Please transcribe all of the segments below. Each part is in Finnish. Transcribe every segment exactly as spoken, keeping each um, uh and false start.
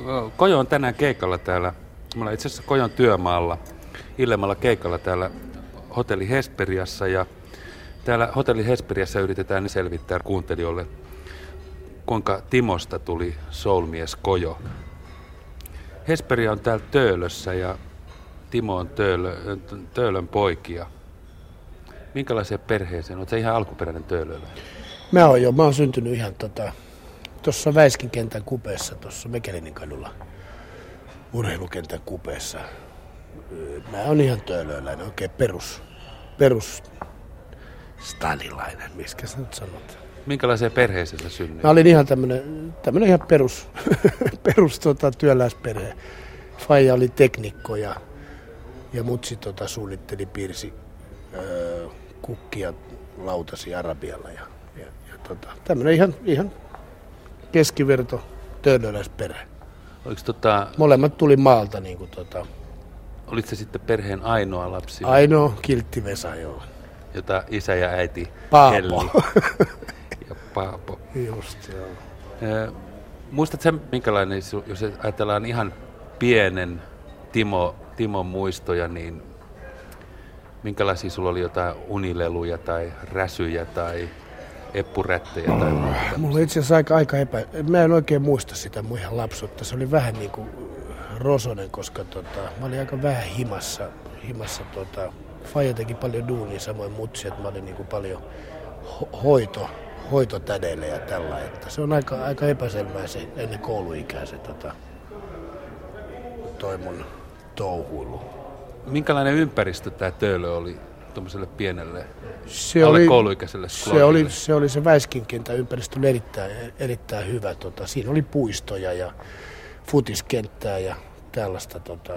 Kojo on tänään keikalla täällä. Me ollaan itse asiassa Kojon työmaalla, illemmalla keikalla täällä Hotelli Hesperiassa. Ja täällä Hotelli Hesperiassa yritetään selvittää kuuntelijoille, kuinka Timosta tuli soulmies Kojo. Hesperia on täällä Töölössä ja Timo on Töölö, Töölön poikia. Minkälaiseen perheeseen? Oletko sä ihan alkuperäinen töölöläinen? Mä oon jo. Mä oon syntynyt ihan tota, tuossa Väiskin kentän kupeessa, tuossa Mekelinin kadulla urheilukentän kupeessa. Mä oon ihan töölöläinen, oikein perus, perus stadilainen, miskä sä nyt sanot. Minkälaiseen perheeseen sä synnyit? Mä olin ihan tämmönen, tämmönen ihan perus, perus tota, työläisperhe. Faija oli teknikko ja, ja mutsi tota, suunnitteli, piirsi öö, kukkia, lautasi Arabialla. Ja, ja, ja tota, tämmönen ihan, ihan keskiverto töölöläisperhe. Tota... Molemmat tuli maalta. Niin kuin, tota... Olitko se sitten perheen ainoa lapsi? Ainoa kiltti Vesa, joo. Jota isä ja äiti Paapo. Helli ja Paapo. Just, joo. E, muistatko sen, minkälainen, jos ajatellaan ihan pienen Timo, Timon muistoja, niin minkälaisia sulla oli jotain unileluja tai räsyjä tai eppurättejä tai muuta? Mulla itse asiassa aika, aika epä... Mä en oikein muista sitä mun ihan lapsuutta. Se oli vähän niin kuin rosonen, koska tota, mä olin aika vähän himassa. himassa tota, Faija teki paljon duunia, samoin mutsi, että mä olin niin kuin paljon ho- hoito, hoitotädeillä ja tällä. Että se on aika, aika epäselvää se ennen kouluikää se tota, toi mun touhuilu. Minkälainen ympäristö tämä Töölö oli tuommoiselle pienelle, se alle oli, kouluikäiselle se oli, se oli se Väiskin kentän ympäristö oli erittäin, erittäin hyvä. Tota, siinä oli puistoja ja futiskenttää ja tällaista. Tota.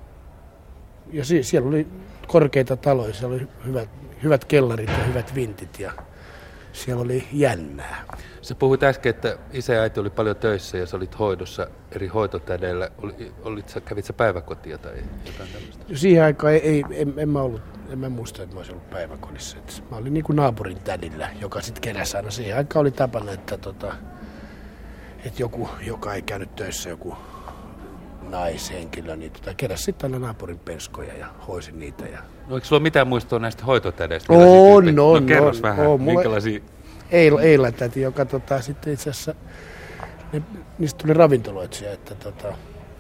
Ja si, siellä oli korkeita taloja, siellä oli hyvät, hyvät kellarit ja hyvät vintit ja siellä oli jännää. Sä puhuit äsken, että isä ja äiti oli paljon töissä ja sä olit hoidossa eri hoitotädeillä. Olit, sä, kävit sä päiväkotia tai jotain tämmöistä? Siihen aikaan ei, ei, en, en, mä ollut, en mä muista, että mä olisin ollut päiväkodissa. Et mä olin niin kuin naapurin tädillä, joka sitten keräsi aina. Siihen aikaan oli tapana, että, tota, että joku, joka ei käynyt töissä, joku naishenkilö, niin tota, keräsi sitten aina naapurin penskoja ja hoisi niitä. Ja... No eikö sulla mitään muistoa näistä hoitotädeistä? On, on, no kerros on, vähän, on. minkälaisia... Eila, Eila täti, joka tota, sitten itse asiassa, ne, niistä tuli ravintoloitsija, että, tota,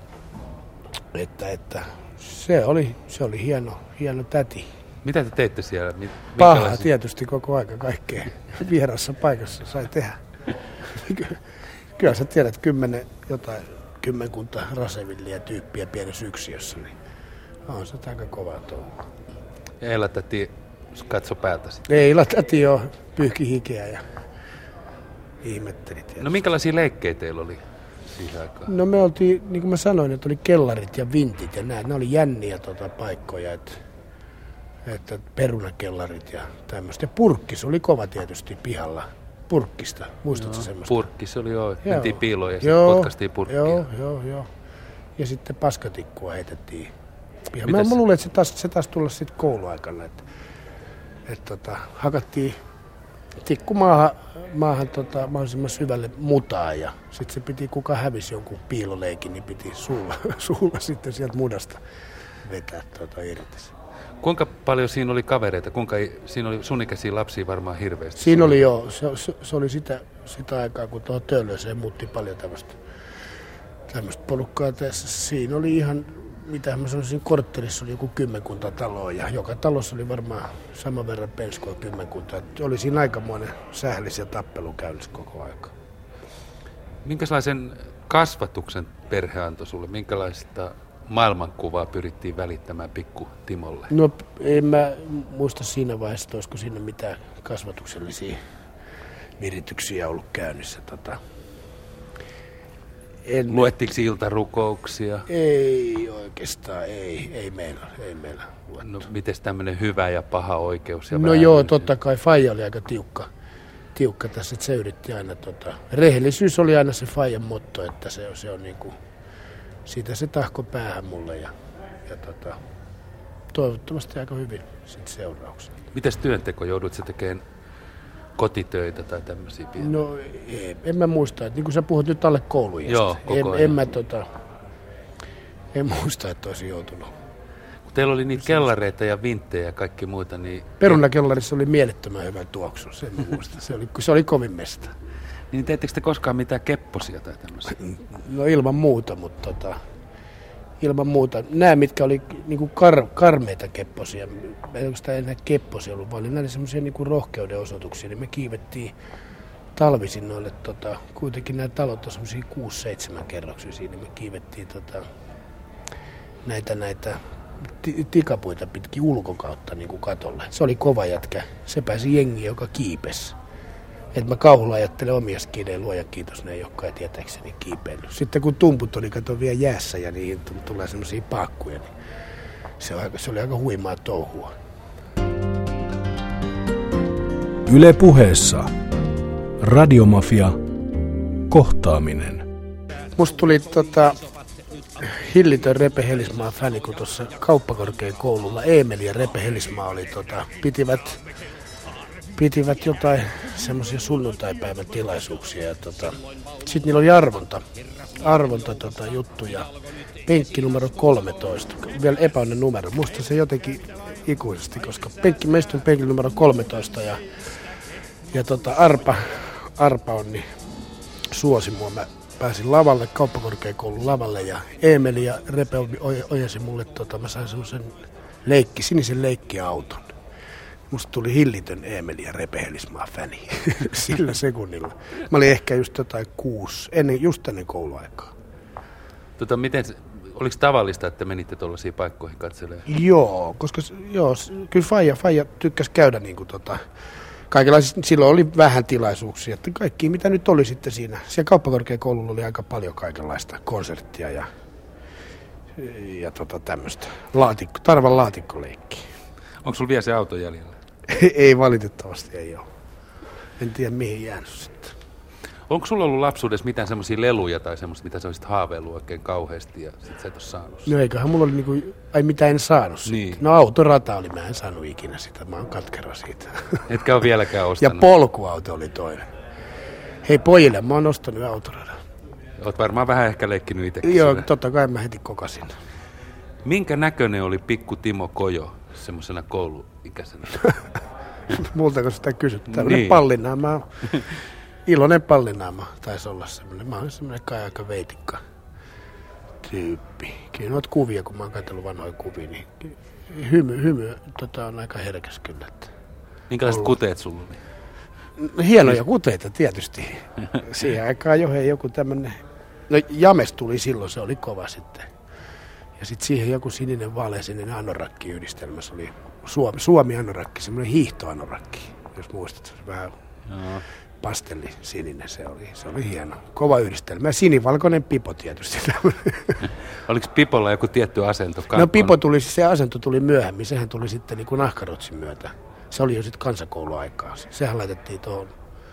että, että se, oli, se oli hieno, hieno täti. Mitä te teitte siellä? Paha tietysti koko aika kaikkea vierassa paikassa sai tehdä. Kyllä sä tiedät kymmenen, jotain, kymmenkunta rasevilliä tyyppiä pienessä yksiössä, niin on se aika kovaa touhu. Ja Eila täti katso päätä sitten. Eila täti jo pyyhki hikeä ja ihmetteli. No minkälaisia leikkejä teillä oli siihen aikaan? No me oltiin, niin kuin mä sanoin, että oli kellarit ja vintit ja näin. Ne oli jänniä tota, paikkoja, että, että perunakellarit ja tämmöistä. Ja purkkis oli kova tietysti pihalla. Purkkista, muistatko no, semmoista? Purkkis oli joo, mentiin piiloon ja sitten potkaistiin purkkia. Joo, joo, joo. Ja sitten paskatikkua heitettiin. Ja mä, mä luulen, että se taas, se taas tulla sitten kouluaikana, että, että tota, hakattiin tikku maahan, maahan tota, mahdollisimman syvälle mutaa ja sitten se piti, kuka hävisi jonkun piiloleikin, niin piti suulla, suulla sitten sieltä mudasta vetää tuota irti. Kuinka paljon siinä oli kavereita? Kuinka siinä oli sun ikäisiä lapsia varmaan hirveästi? Siinä oli joo. Se, se, se oli sitä, sitä aikaa, kun tuohon Töölöseen muutti paljon tämmöistä tämmöistä porukkaa tässä. Siinä oli ihan, mitä mä sanoisin, korttelissa oli joku kymmenkunta taloa ja joka talossa oli varmaan saman verran penskoa kymmenkunta. Että oli siinä aikamoinen sählis ja tappelu käynnissä koko aika. Minkälaisen kasvatuksen perhe antoi sulle? Minkälaista maailmankuvaa pyrittiin välittämään pikku Timolle? No en mä muista siinä vaiheessa, että olisiko siinä mitään kasvatuksellisia virityksiä ollut käynnissä. Tota, en, Luettiinko iltarukouksia? Ei oikeastaan, ei, ei meillä, ei meillä luettu. No mites tämmöinen hyvä ja paha oikeus? Ja no joo, totta kai Faija oli aika tiukka, tiukka tässä, että se yritti aina, tota, rehellisyys oli aina se Faijan motto, että se, se on niinku, siitä se tahko päähän mulle ja, ja tota, toivottavasti aika hyvin sit seurauksena. Mites työnteko? Joudut sä tekemään kotitöitä tai tämmöisiä pieniä? No en, en mä muista, että niin kuin sä puhut nyt alle kouluiästä. Joo, koko en, en mä tota, en muista, että olisi joutunut. Kun teillä oli niitä kellareita ja vinttejä ja kaikki muita, niin... Perunakellarissa oli mielettömän hyvä tuoksu, sen mä muistan. Se oli, se oli kovin mesta. Niin teettekö te koskaan mitään kepposia tai tämmöisiä? No ilman muuta, mutta tota, ilman muuta. Nämä, mitkä oli niinku kar, karmeita kepposia, ei oikeastaan enää kepposia ollut, vaan oli semmoisia niinku rohkeuden osoituksia, niin me kiivettiin talvisin noille, tota, kuitenkin nämä talot on semmoisia kuusi seitsemän kerroksisia, niin me kiivettiin tota, näitä, näitä t- tikapuita pitkin ulkokautta niin kuin katolle. Se oli kova jätkä, se pääsi jengiin, joka kiipesi. Et mä kauhulla ajattelen omia skidejä, luojan kiitos, ne ei olekaan tietääkseni kiipeillyt. Sitten kun tumput oli kato vielä jäässä ja niihin tulee semmoisia paakkuja, niin se, on, se oli aika huimaa touhua. Yle Puheessa Radiomafia kohtaaminen. Musta tuli tota, hillitön Repe Helismaa fäni, kun tuossa kauppakorkeakoululla Eemeli ja Repe Helismaa oli, tota, pitivät, pitivät jotain semmoisia sunnuntaipäivän tilaisuuksia. Ja, tota, sitten niillä oli arvonta, arvonta tota, juttuja. Penkki numero kolmetoista, vielä epäonnen numero. Musta se jotenkin ikuisesti, koska penkki, mä istun penkin numero kolmetoista ja, ja tota, Arpa, Arpa on niin suosi mua. Mä pääsin lavalle, kauppakorkeakoulun lavalle ja Eemeli ja Repe ojasi mulle, tota, mä sain semmoisen leikki, sinisen leikkiauton. Musta tuli hillitön Eemeli ja Repe Helismaa fäni sillä sekunnilla. Mä olin ehkä just jotain kuusi, ennen, just ennen kouluaikaa. Tota, miten, oliko tavallista, että menitte tuollaisiin paikkoihin katselemaan? Joo, koska joo, kyllä Faija, Faija tykkäsi käydä niin kuin tota, kaikenlaisissa, silloin oli vähän tilaisuuksia, että kaikki mitä nyt oli sitten siinä. Siellä kauppakorkeakoululla oli aika paljon kaikenlaista konserttia ja, ja tota tämmöistä laatikko, Tarvan laatikkoleikkiä. Onko sulla vielä se auto jäljellä? Ei valitettavasti, ei ole. En tiedä mihin jäänyt sitten. Onko sulla ollut lapsuudessa mitään semmoisia leluja tai semmoista, mitä sä olisit haaveillut oikein kauheasti ja sit sä et ole saanut? No eiköhän mulla oli niinku, ai mitä en saanut niin. Sitten. No autorata oli, mä en saanut ikinä sitä, mä oon katkera siitä. Etkä ole vieläkään ostanut? Ja polkuauto oli toinen. Hei pojille, mä oon ostanut autoradan. Oot varmaan vähän ehkä leikkinyt itsekin. Joo, sillä. totta kai mä heti kokasin. Minkä näköinen oli pikku Timo Kojo semmoisena kouluikäisenä? Multako sitä kysyt? Tämmönen niin. Pallinaama. Iloinen pallinaama taisi olla semmoinen. Mä olen semmoinen kai aika veitikka tyyppi. Kyllä noita kuvia, kun mä oon katsellut vanhoja kuvia, niin hymy, hymy tota, on aika herkäs kyllä. Minkälaiset ollut kuteet sulla oli? Hienoja kuteita tietysti. Siihen aikaan jo hei, joku tämmöinen, no James tuli silloin, se oli kova sitten. Ja sitten siihen joku sininen vaaleasininen anorakki-yhdistelmä, se oli Suomi, Suomi-anorakki, semmoinen hiihtoanorakki, jos muistat, se vähän Joo. pastelli sininen, se oli, se oli hieno. Kova yhdistelmä. Ja sinivalkoinen pipo tietysti. Oliko pipolla joku tietty asento? Kampon? No pipo tuli, se asento tuli myöhemmin, sehän tuli sitten niin kuin nahkarotsin myötä. Se oli jo sitten kansakouluaikaa. Sehän laitettiin tuohon,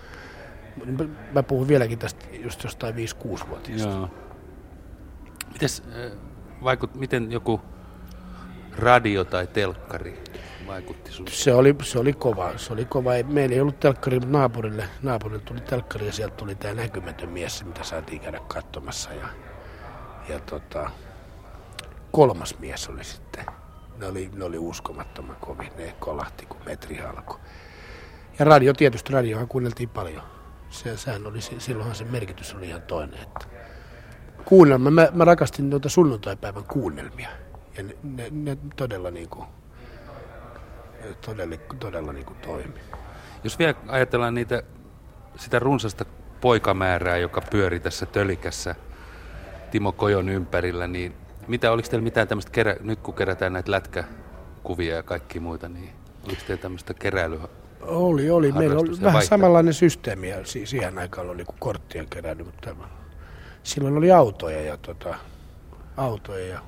mä puhun vieläkin tästä just jostain viisi kuusi vuotiaasta. Joo. Mites, vaikut, miten joku radio tai telkkari vaikutti sinulle? Se oli, se oli kova, se oli kova. Meillä ei ollut telkkari, mutta naapurille, naapurille tuli telkkari ja sieltä tuli tämä näkymätön mies, mitä saatiin käydä katsomassa. Ja, ja tota, kolmas mies oli sitten. Ne oli, ne oli uskomattoman kovin, ne kolahti kun metri alkoi. Ja radio, tietysti radiohan kuunneltiin paljon. Se, sehän oli, silloinhan se merkitys oli ihan toinen. Että kuunnelma, mä, mä rakastin noita sunnuntaipäivän kuunnelmia. Ja ne, ne, ne todella niinku, todella, todella niinku toimi. Jos vielä ajatellaan niitä, sitä runsasta poikamäärää, joka pyöri tässä tölikässä Timo Kojon ympärillä, niin mitä, oliko teillä mitään tämmöistä, kerä, nyt kun kerätään näitä lätkäkuvia ja kaikki muita, niin oliko teillä tämmöistä keräilyä? Oli, oli. Meillä oli vähän vaihtaa. Samanlainen systeemi ja siihen aikaan oli kuin korttien keräily, mutta silloin oli autoja ja tota, autoja ja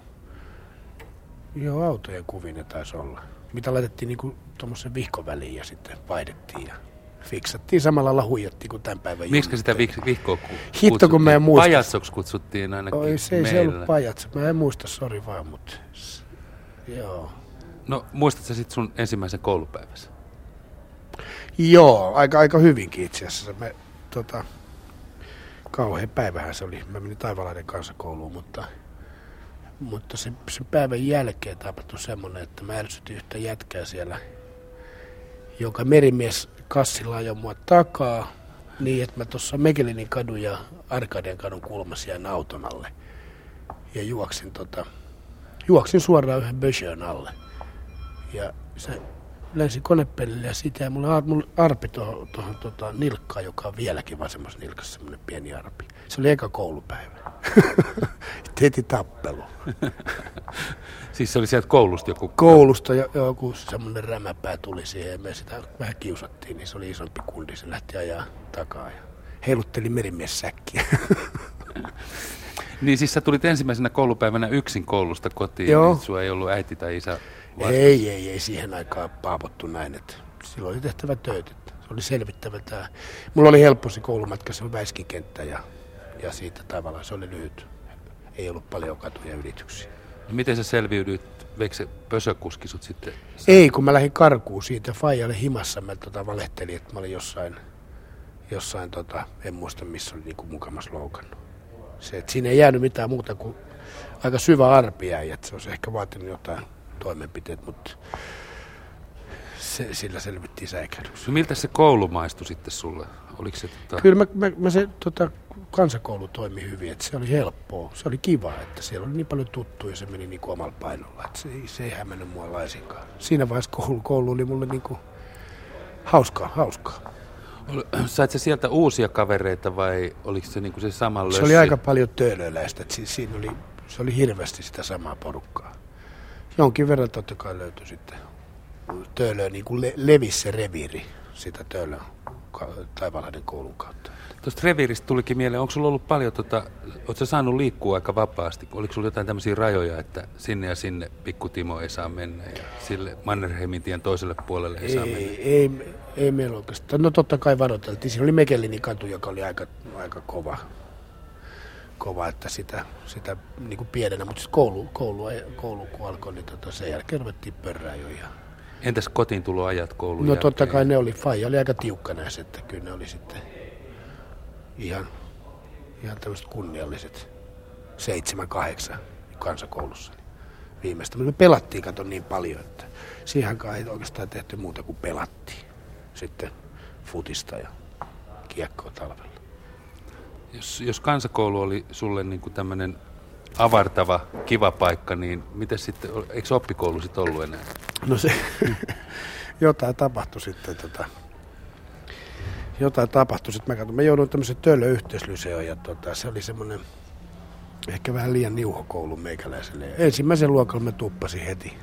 joo, autojen kuvia ne taisi olla. Mitä laitettiin niinku tuommoisen vihkoväliin ja sitten vaihdettiin ja fiksattiin samalla lailla huijattiin kuin tämän päivän. Miksi sitä vih- vihkoa kutsuttiin? Hitto kun mä en muista. Pajatsoksi kutsuttiin ainakin Oi, se ei meillä. Se ollut pajatso. Mä en muista, sori vaan, mutta joo. No muistatko sitten sun ensimmäisen koulupäivässä? Joo, aika, aika hyvinkin itse asiassa. Me, tota, kauhean päivähän se oli. Mä menin Taivalahden kansakouluun, mutta, mutta sen, sen päivän jälkeen tapahtui semmoinen, että mä ärsytin yhtä jätkää siellä, joka merimies kassilla ajoi mua takaa niin, että mä tuossa Mekelinin kadun ja Arkadian kadun kulmassa jäin auton alle. Ja juoksin, tota, juoksin suoraan yhden Böschön alle. Ja se lensi konepellille ja siitä ja mulla, mulla arpi tuohon tohon, tota, nilkkaan, joka on vieläkin vasemmassa nilkassa semmoinen pieni arpi. Se oli eka koulupäivä. Heti tappelu. Siis se oli sieltä koulusta joku? Koulusta jo, joku semmoinen rämäpää tuli siihen ja me sitä vähän kiusattiin, niin se oli isompi kundi. Se lähti ajaa takaa ja heilutteli merimiessäkkiä. Niin siis sä tulit ensimmäisenä koulupäivänä yksin koulusta kotiin, Joo. niin sua ei ollut äiti tai isä vastassa. Ei, ei, ei siihen aikaan paapottu näin, että silloin oli tehtävä töitä. Se oli selvittävä tämä. Mulla oli helppo se koulumatka, se oli Väiskikenttä ja, ja siitä tavallaan se oli lyhyt. Ei ollut paljon katuja ylityksiä. No miten sä selviydyit? Veikö se pösökuski sut sitten? Ei, kun mä lähdin karkuun siitä. Faijalle himassa mä tota valehtelin, että mä olin jossain, jossain tota, en muista missä oli niinku mukamas loukannut. Se, että siinä ei jäänyt mitään muuta kuin aika syvä arpi jäi, että se olisi ehkä vaatinut jotain toimenpiteet, mutta se, sillä selvittiin säikähdys. No miltä se koulu maistui sitten sulle? Oliko se, tota... Kyllä mä, mä, mä se tota, kansakoulu toimi hyvin, että se oli helppoa, se oli kiva, että siellä oli niin paljon tuttuja ja se meni niin kuin omalla painolla, että se, se ei hämmennyt mua laisinkaan. Siinä vaiheessa koulu, koulu oli mulle niin kuin hauskaa, hauskaa. Sait sä sieltä uusia kavereita vai oliko se niin kuin se sama lössi? Se oli aika paljon töölöläistä, että siinä oli, se oli hirveästi sitä samaa porukkaa. Jonkin verran totta kai löytyi sitten töölöä, niin kuin le, levisi se reviiri sitä töölöä Taivalahden koulun kautta. Tuosta reviiristä tulikin mieleen, onko sulla ollut paljon, tota, ootko sä saanut liikkua aika vapaasti? Oliko sulla jotain tämmöisiä rajoja, että sinne ja sinne Pikku Timo ei saa mennä ja sille Mannerheimin tien toiselle puolelle ei, ei saa mennä? Ei, ei meillä oikeastaan. No totta kai varoiteltiin. Siinä oli Mekelinin katu, joka oli aika, aika kova, kova, että sitä, sitä niin kuin pienenä, mutta koulu, koulu, koulu kun alkoi, niin tota, sen jälkeen ruvettiin pörrää jo ihan. Entäs kotiin tuloajat koulun No jälkeen? totta kai ne oli, faija oli aika tiukka näissä, että kyllä ne oli sitten ihan, ihan tämmöiset kunnialliset seitsemän, kahdeksan kansakoulussa viimeistä. Me pelattiin, kato niin paljon, että siihenkaan ei oikeastaan tehty muuta kuin pelattiin sitten futista ja kiekkoa talvella. Jos, jos kansakoulu oli sulle niin kuin tämmöinen avartava, kiva paikka, niin miten sitten, eikö oppikoulu sitten ollut enää? No se, jotain tapahtui sitten, tota, jotain tapahtui sitten. Mä katson, mä jouduin tämmöisen töölöyhteislyseoon ja tota, se oli semmoinen ehkä vähän liian niuhokoulu meikäläiselle. Ensimmäisen luokalla mä tuppasin heti.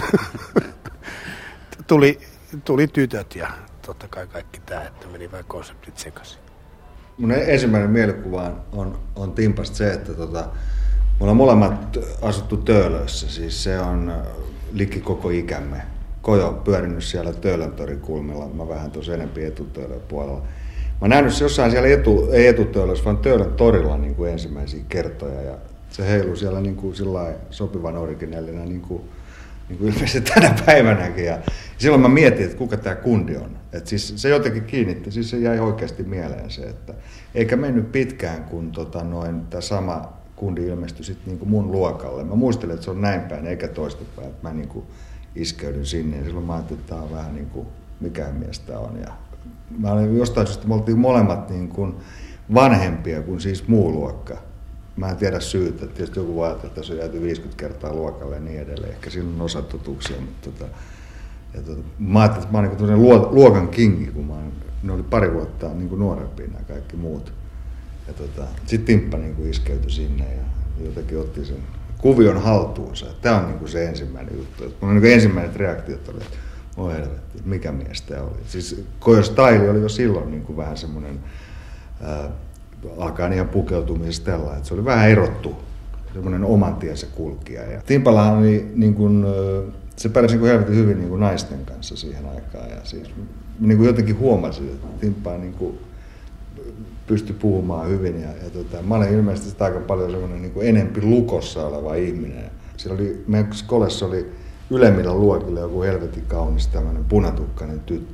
tuli, tuli tytöt ja totta kai kaikki tää, että meni vähän konseptit sekaisin. Mun ensimmäinen mielikuva on, on Timpasta se, että tota, me ollaan molemmat asuttu Töölössä, siis se on liki koko ikämme. Kojo on pyörinyt siellä Töölöntorin kulmilla, mä vähän tuossa enempi etutöölön puolella. Mä oon nähnyt se jossain siellä, etu, ei etutöölössä, vaan Töölön torilla niin kuin ensimmäisiä kertoja. Ja se heiluu siellä niin kuin sillai sopivan originellina niin kuin, niin kuin ilmeisesti tänä päivänäkin. Ja silloin mä mietin, että kuka tää kundi on. Et siis se jotenkin kiinnitti, siis se jäi oikeasti mieleen se, että eikä mennyt pitkään, kun tota noin, tää sama kundi ilmestyi sitten niinku mun luokalle. Mä muistelen, että se on näin päin eikä toistepäin, että mä niinku iskeydyn sinne. Ja silloin mä ajattelin, että tää on vähän niinku, mikään mies tää on. Ja mä olin jostain syystä, me oltiin molemmat niinku vanhempia kuin siis muu luokka. Mä en tiedä syytä, että tietysti joku voi ajatella, että se on jääty viisikymmentä kertaa luokalle ja niin edelleen. Ehkä siinä on osatotuksia, mutta tota, ja tota, mä ajattelin, että mä oon niinku luokan kingi, kun mä oon, ne oli pari vuotta niinku nuorempia nämä kaikki muut. Ja tota, sitten Timppa niinku iskeytyi sinne ja jotenkin otti sen kuvion haltuunsa. Tämä on niinku se ensimmäinen juttu. Mun on niinku ensimmäiset reaktiot oli, että oi helvetti, mikä mies tämä oli. Siis Kojo Style oli jo silloin niinku vähän semmoinen, äh, alkaen ihan pukeutumisesta tällä, että se oli vähän erottu, semmoinen oman tiensä kulkija. Ja Timpallahan oli niinku, se pärjäsi niinku helvetin hyvin niinku naisten kanssa siihen aikaan. Ja siis niinku jotenkin huomasin, että Timppa niinku pystyi puhumaan hyvin. Ja, ja tota, mä olen ilmeisesti aika paljon semmoinen niin kuin enempi lukossa oleva ihminen. Siellä oli, meidän skolessa oli ylemmillä luokilla joku helvetin kaunis tämmöinen punatukkainen tyttö,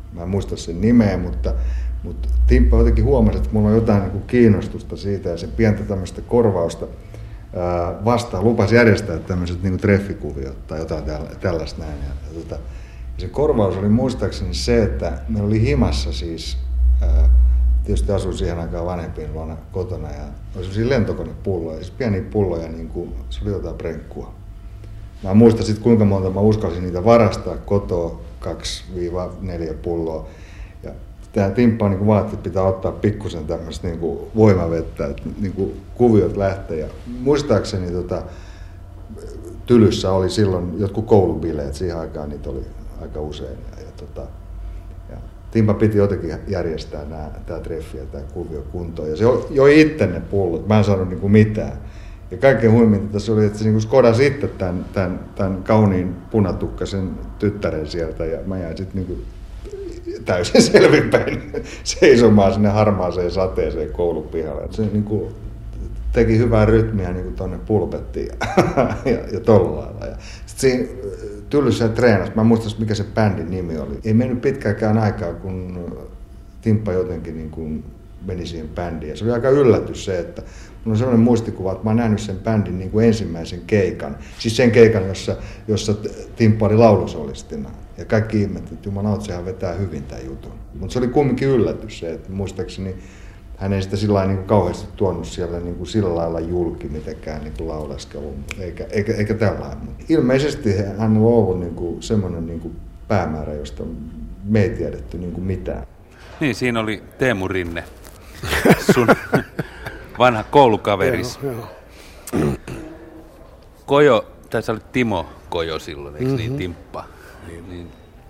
Mä en muista sen nimeä, mutta, mutta Timppa jotenkin huomasi, että mulla on jotain niin kuin kiinnostusta siitä ja se pientä tämmöistä korvausta ää, vastaan lupasi järjestää tämmöiset niin kuin treffikuviot tai jotain tällaista näin. Ja, ja, tota, ja se korvaus oli muistaakseni se, että meillä oli himassa siis, ää, tietysti asuin siihen aikaan vanhempien luona kotona ja oli sellaisia lentokonepulloja, siis pieniä pulloja, niin kuin, se oli jotain prenkkua. Mä muistan sitten kuinka monta mä uskalsin niitä varastaa kotoa, kaksi neljä pulloa. Ja tämä Timppa niin vaati, että pitää ottaa pikkusen tämmöistä niin voimavettä, että niin kuviot lähtee. Ja muistaakseni tota, Tylyssä oli silloin jotkut koulubileet, siihen aikaan niitä oli aika usein. Ja, ja, tota, ja Timppa piti jotenkin järjestää tämä treffi ja tämä kuvio kuntoon. Ja se joi itse ne pullot, mä en saanut niin kuin mitään. Ja kaikkein huiminta tässä oli, että se niin skodasi sitten tämän, tämän, tämän kauniin punatukkaisen tyttären sieltä ja mä jäin sitten niin täysin selvinpäin seisomaan sinne harmaaseen sateeseen koulupihalle. Se niin kuin teki hyvää rytmiä niin tuonne pulpettiin ja, ja, ja tolla lailla. Ja sitten siinä Tyllyssä treenasi, mä en muista mikä se bändin nimi oli. Ei mennyt pitkäänkään aikaa, kun Timppa jotenkin niin kuin meni siihen bändiin. Ja se oli aika yllätys se, että mulla on sellainen muistikuva, että mä oon nähnyt sen bändin niin kuin ensimmäisen keikan. Siis sen keikan, jossa, jossa Timppa oli laulusolistina. Ja kaikki ihmettivät, että jumalauta, sehän vetää hyvin tämän jutun. Mutta se oli kumminkin yllätys se, että muistaakseni hän ei sitä sillä niin kuin kauheasti tuonut siellä niin kuin sillä lailla julki mitenkään niin kuin lauleskelun, eikä, eikä, eikä tällainen. Ilmeisesti hän on ollut niin kuin semmoinen niin kuin päämäärä, josta me ei tiedetty niin kuin mitään. Niin, siinä oli Teemu Rinne, sun vanha koulukaveris. Joo, joo. Kojo, tai sä olit Timo Kojo silloin, eikö mm-hmm. niin, Timppa? Niin, niin,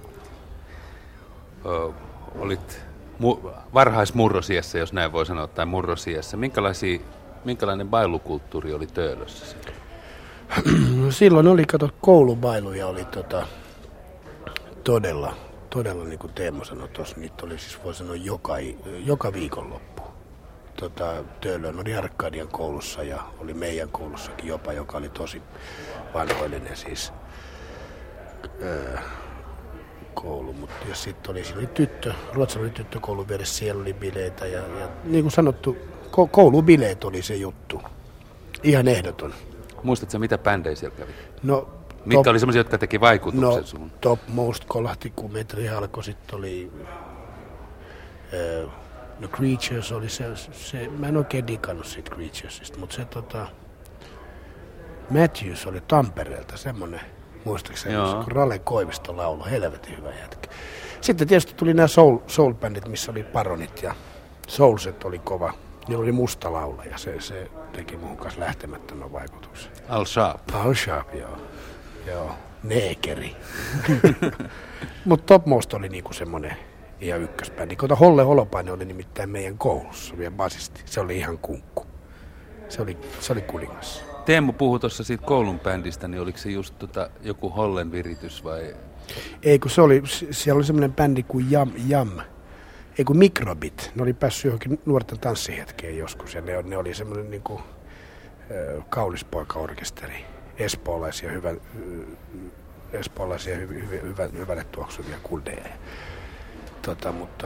ö, olit mu- varhaismurrosiässä, jos näin voi sanoa, tai murrosiässä. Minkälainen bailukulttuuri oli Töölössä? No, silloin oli, kato, koulubailuja oli tota, todella, todella niin kuin Teemu sanoi tuossa, niitä oli siis voi sanoa joka, joka viikonloppu. Tota, Töölön oli Arkadian koulussa ja oli meidän koulussakin jopa, joka oli tosi vanhoillinen siis öö, koulu. Mut, ja sitten oli, oli tyttö, Ruotsalla oli tyttökoulun vieressä, siellä oli bileitä ja, ja niin kuin sanottu, ko- koulubileet oli se juttu. Ihan ehdoton. Muistatko mitä bändejä siellä kävi? No, mitkä top, oli semmoisia, jotka teki vaikutuksen no, sun? Top Most kolahti, kun metri alkoi, sitten oli öö, No Creatures oli se, se, mä en oikein digannut siitä Creaturesista, mutta se tota, Matthews oli Tampereelta, semmonen, muistaakseni, kun Rale Koivisto lauloi, helvetin hyvä jätkä. Sitten tietysti tuli nämä soul, soul-bändit, missä oli Paronit ja Soulset oli kova, niillä oli musta laula ja se, se teki muun kanssa lähtemättömän vaikutuksen. Al Sharp. Al Sharp, joo. Joo, neekeri. Mutta Top Most oli niinku semmonen ja ykkösbändi. Kota Holle Holopainen oli nimittäin meidän koulussa vielä basisti. Se oli ihan kunkku. Se oli, se oli kuningas. Teemu puhui tuossa siitä koulun bändistä, niin oliko se just tota, joku Hollen viritys vai? Ei, kun se oli, siellä oli semmoinen bändi kuin Jam, Jam. Ei kun Microbit. Ne oli päässyt johonkin nuorten tanssihetkeen joskus. Ja ne, ne oli semmoinen niin kuin äh, kaunispoika-orkesteri. Espoolaisia, hyvä, espoolaisia hy, hy, hyvä, hyvälle tuoksuvia kuldeja. Tota, mutta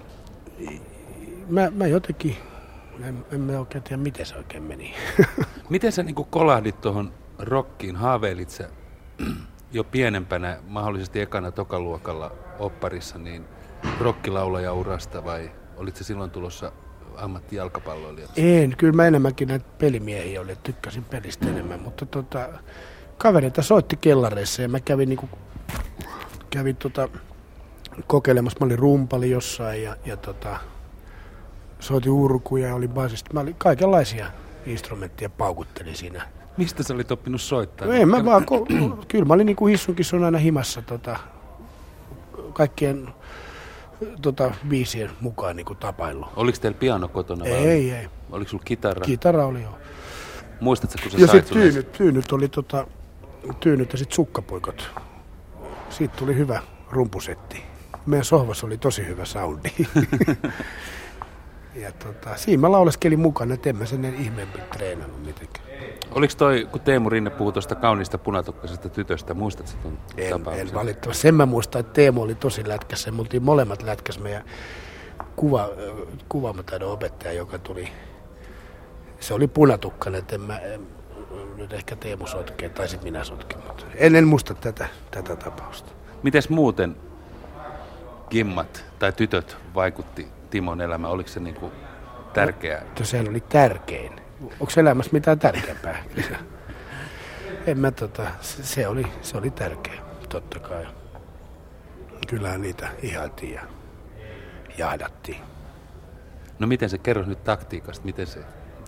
mä, mä jotenkin, en, en mä oikein tiedä, miten se oikein meni. Miten sä niin kuin kolahdit tuohon rockiin? Haaveilit sä jo pienempänä, mahdollisesti ekana tokaluokalla opparissa, niin rockilaulajaurasta vai olit sä silloin tulossa ammattijalkapalloilijaksi? En, kyllä mä enemmänkin näitä pelimiehiä oli, tykkäsin pelistä enemmän, mutta tota, kavereita soitti kellareissa ja mä kävin, niinku, kävin tota, kokeilemassa. Mä olin rumpali jossain ja, ja tota, soitin urkuja ja oli basista. Mä olin kaikenlaisia instrumentteja paukuttelin siinä. Mistä sä olit oppinut soittaa? No en mä vaan, ko- kyllä mä olin niin kuin hissunkin, se on aina himassa tota, kaikkien tota, biisien mukaan niin kuin tapaillut. Oliko teillä piano kotona? Ei, vai? ei, ei. Oliko sulla kitara? Kitara oli joo. Muistatko, kun sä ja sait sitten tyynyt, tyynyt oli tota, tyynyt ja sitten sukkapuikot. Siitä tuli hyvä rumpusetti. Meidän sohvassa oli tosi hyvä soundi. ja tota, siinä mä lauleskelin mukana, että en mä sen ihmeempi treenannut mitenkään. Oliko toi, kun Teemu Rinne puhui tuosta kauniista punatukkaisesta tytöstä, muistatko tuon En, tapauksen? en valitettavasti. Sen mä muistan, että Teemu oli tosi lätkässä. Me oltiin molemmat lätkässä. Meidän kuva, kuvaamataidon opettaja, joka tuli, se oli punatukkainen, että en mä, en, nyt ehkä Teemu sotkee, tai sitten minä sotkin, mutta en, en muista tätä, tätä tapausta. Mites muuten kimmat tai tytöt vaikutti Timon elämään? Oliko se niinku tärkeää? No, sehän oli tärkein. Onko elämässä mitään tärkeämpää? En mä tota, se, se, oli, se oli tärkeä, totta kai. Kyllähän niitä ihailtiin ja jahdattiin. No miten se, kerros nyt taktiikasta, miten se?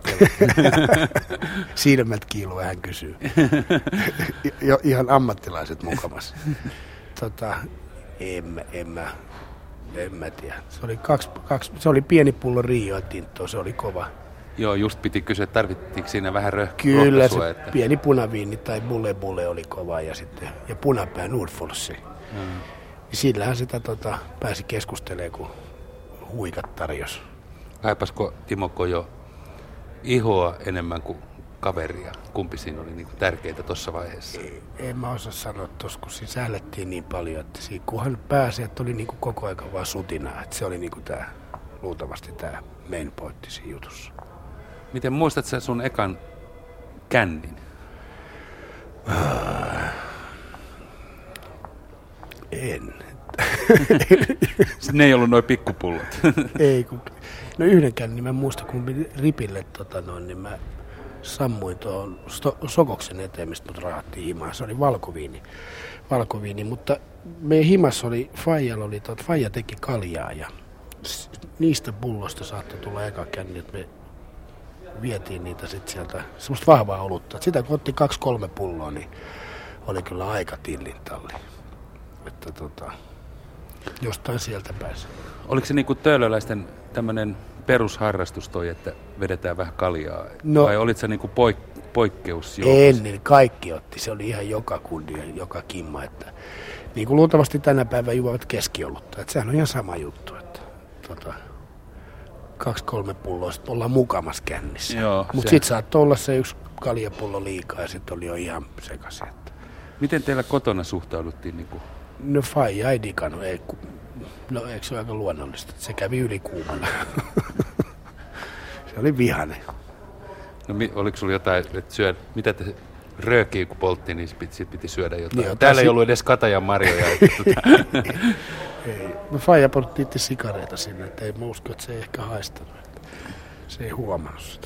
Silmät kiilu vähän kysyy. Jo, ihan ammattilaiset mukamassa. Tota, en, mä, en, mä, en mä tiedä. Se oli, kaksi, kaksi, se oli pieni pullo Rio Tintoa, se oli kova. Joo, just piti kysyä, tarvittiinko siinä vähän röh- Kyllä se että... pieni punaviini tai bulle bulle oli kova ja sitten ja punapää Nordfolsi. Mm. Sillähän sitä tota, pääsi keskustelemaan, kun huikat tarjosi. Kaipasko Timo Kojo ihoa enemmän kuin kaveria? Kumpi siinä oli niin kuin tärkeintä tuossa vaiheessa? Ei, en mä osaa sanoa tuossa, kun siinä sählettiin niin paljon, että siinä, kunhan pääsi, että oli niin kuin koko ajan vaan sutinaa. Että se oli niin kuin tää, luultavasti tämä main pointti siinä jutussa. Miten muistat sä sun ekan kännin? En. Ne ei ollut noin pikkupullot. Ei, kun, no yhdenkään, niin mä muistan, kun piti ripille, tota noin, niin mä sammuin tuohon sokoksen eteen, mistä mut rahattiin himaan. Se oli valkoviini, valkoviini, mutta meidän himassa oli, Faijalla oli, tot, Faija teki kaljaa ja niistä pulloista saattoi tulla eka känni, että me vietiin niitä sitten sieltä, semmoista vahvaa olutta. Sitä kun otti kaksi kolme pulloa, niin oli kyllä aika tillintalli. Että tota, jostain sieltä pääsi. Oliko se niinku töölöläisten tämmöinen perusharrastus toi, että vedetään vähän kaljaa? No, vai olit sä niinku poik- poikkeus joukossa? En, niin kaikki otti. Se oli ihan joka kundi ja joka kimma. Että, niin kuin luultavasti tänä päivänä juovat keskiolutta. Että sehän on ihan sama juttu. Että, tota, kaksi kolme pulloa, sitten ollaan mukamassa kännissä. Mutta sitten saattoi olla se yksi kaljapullo liikaa ja sitten oli jo ihan sekaisin. Että. Miten teillä kotona suhtauduttiin? Niin kuin? No Faija ei digannut. Ei, no eikö se ole aika luonnollista? Se kävi ylikuumana. Se oli vihane. No oliko sulla jotain, että syödä, mitä te röökiä kun poltti, niin sit piti syödä jotain? Niin, Täällä si- ei ollut edes katajan marjoja. Ei. No Faija poltti itse sikareita sinne, että ei mä usko, että se ei ehkä haistanut. Että se ei huomannut sitä.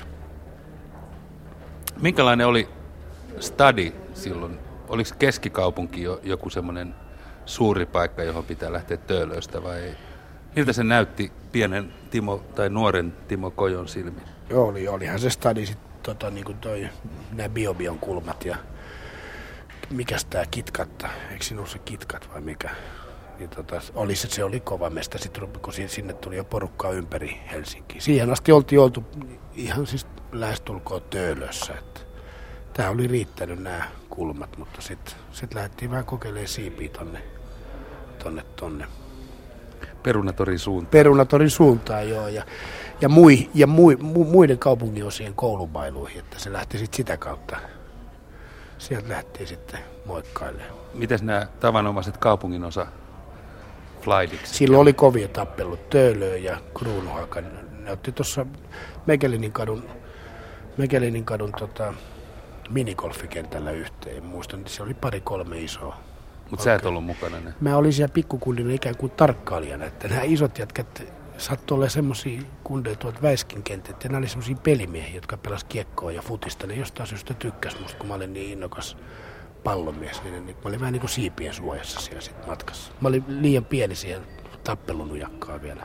Minkälainen oli stadi silloin? Oliko keskikaupunki jo joku semmoinen suuri paikka, johon pitää lähteä Töölöstä vai miltä se näytti pienen Timo tai nuoren Timo Kojon silmin? Joo, oli, olihan se stadi sitten tota, niin kuin toi, nämä biobion kulmat ja mikäs tää kitkatta, eikö siinä ollut se kitkat vai mikä? Niin tota, oli se, se oli kova mesta, sitten kun sinne tuli jo porukkaa ympäri Helsinkiä. Siihen asti oltiin oltu ihan siis lähestulkoon Töölössä, että tää oli riittänyt nämä kulmat, mutta sitten sit lähdettiin vähän kokeilemaan siipiä tonne, tonne, tonne. Perunatorin suuntaan. Perunatorin suuntaan, joo, ja, ja, mui, ja mui, mu, muiden kaupunginosien koulubailuihin, että se lähti sitten sitä kautta. Sieltä lähtiin sitten moikkailemaan. Mites nämä tavanomaiset kaupunginosa flaidiksi? Silloin oli kovia tappelut, Töölö ja Kruunuhaka. Ne otti tuossa Mekelinin kadun, Mekelinin kadun tota, minigolfikentällä yhteen. Muistan, että siellä oli pari kolme isoa. Mutta sä et ollut mukana ne. Mä olin siellä pikkukundina ikään kuin tarkkailijana, että nämä isot jätkät saattoi olla semmoisia kundeja tuolta Väiskin kentät, ja nämä oli semmoisia pelimiehiä, jotka pelas kiekkoa ja futista. Ne jostain syystä tykkäs musta, kun mä olin niin innokas pallomies, niin, niin mä olin vähän niin kuin siipien suojassa siellä sit matkassa. Mä olin liian pieni siihen tappelunujakkaan vielä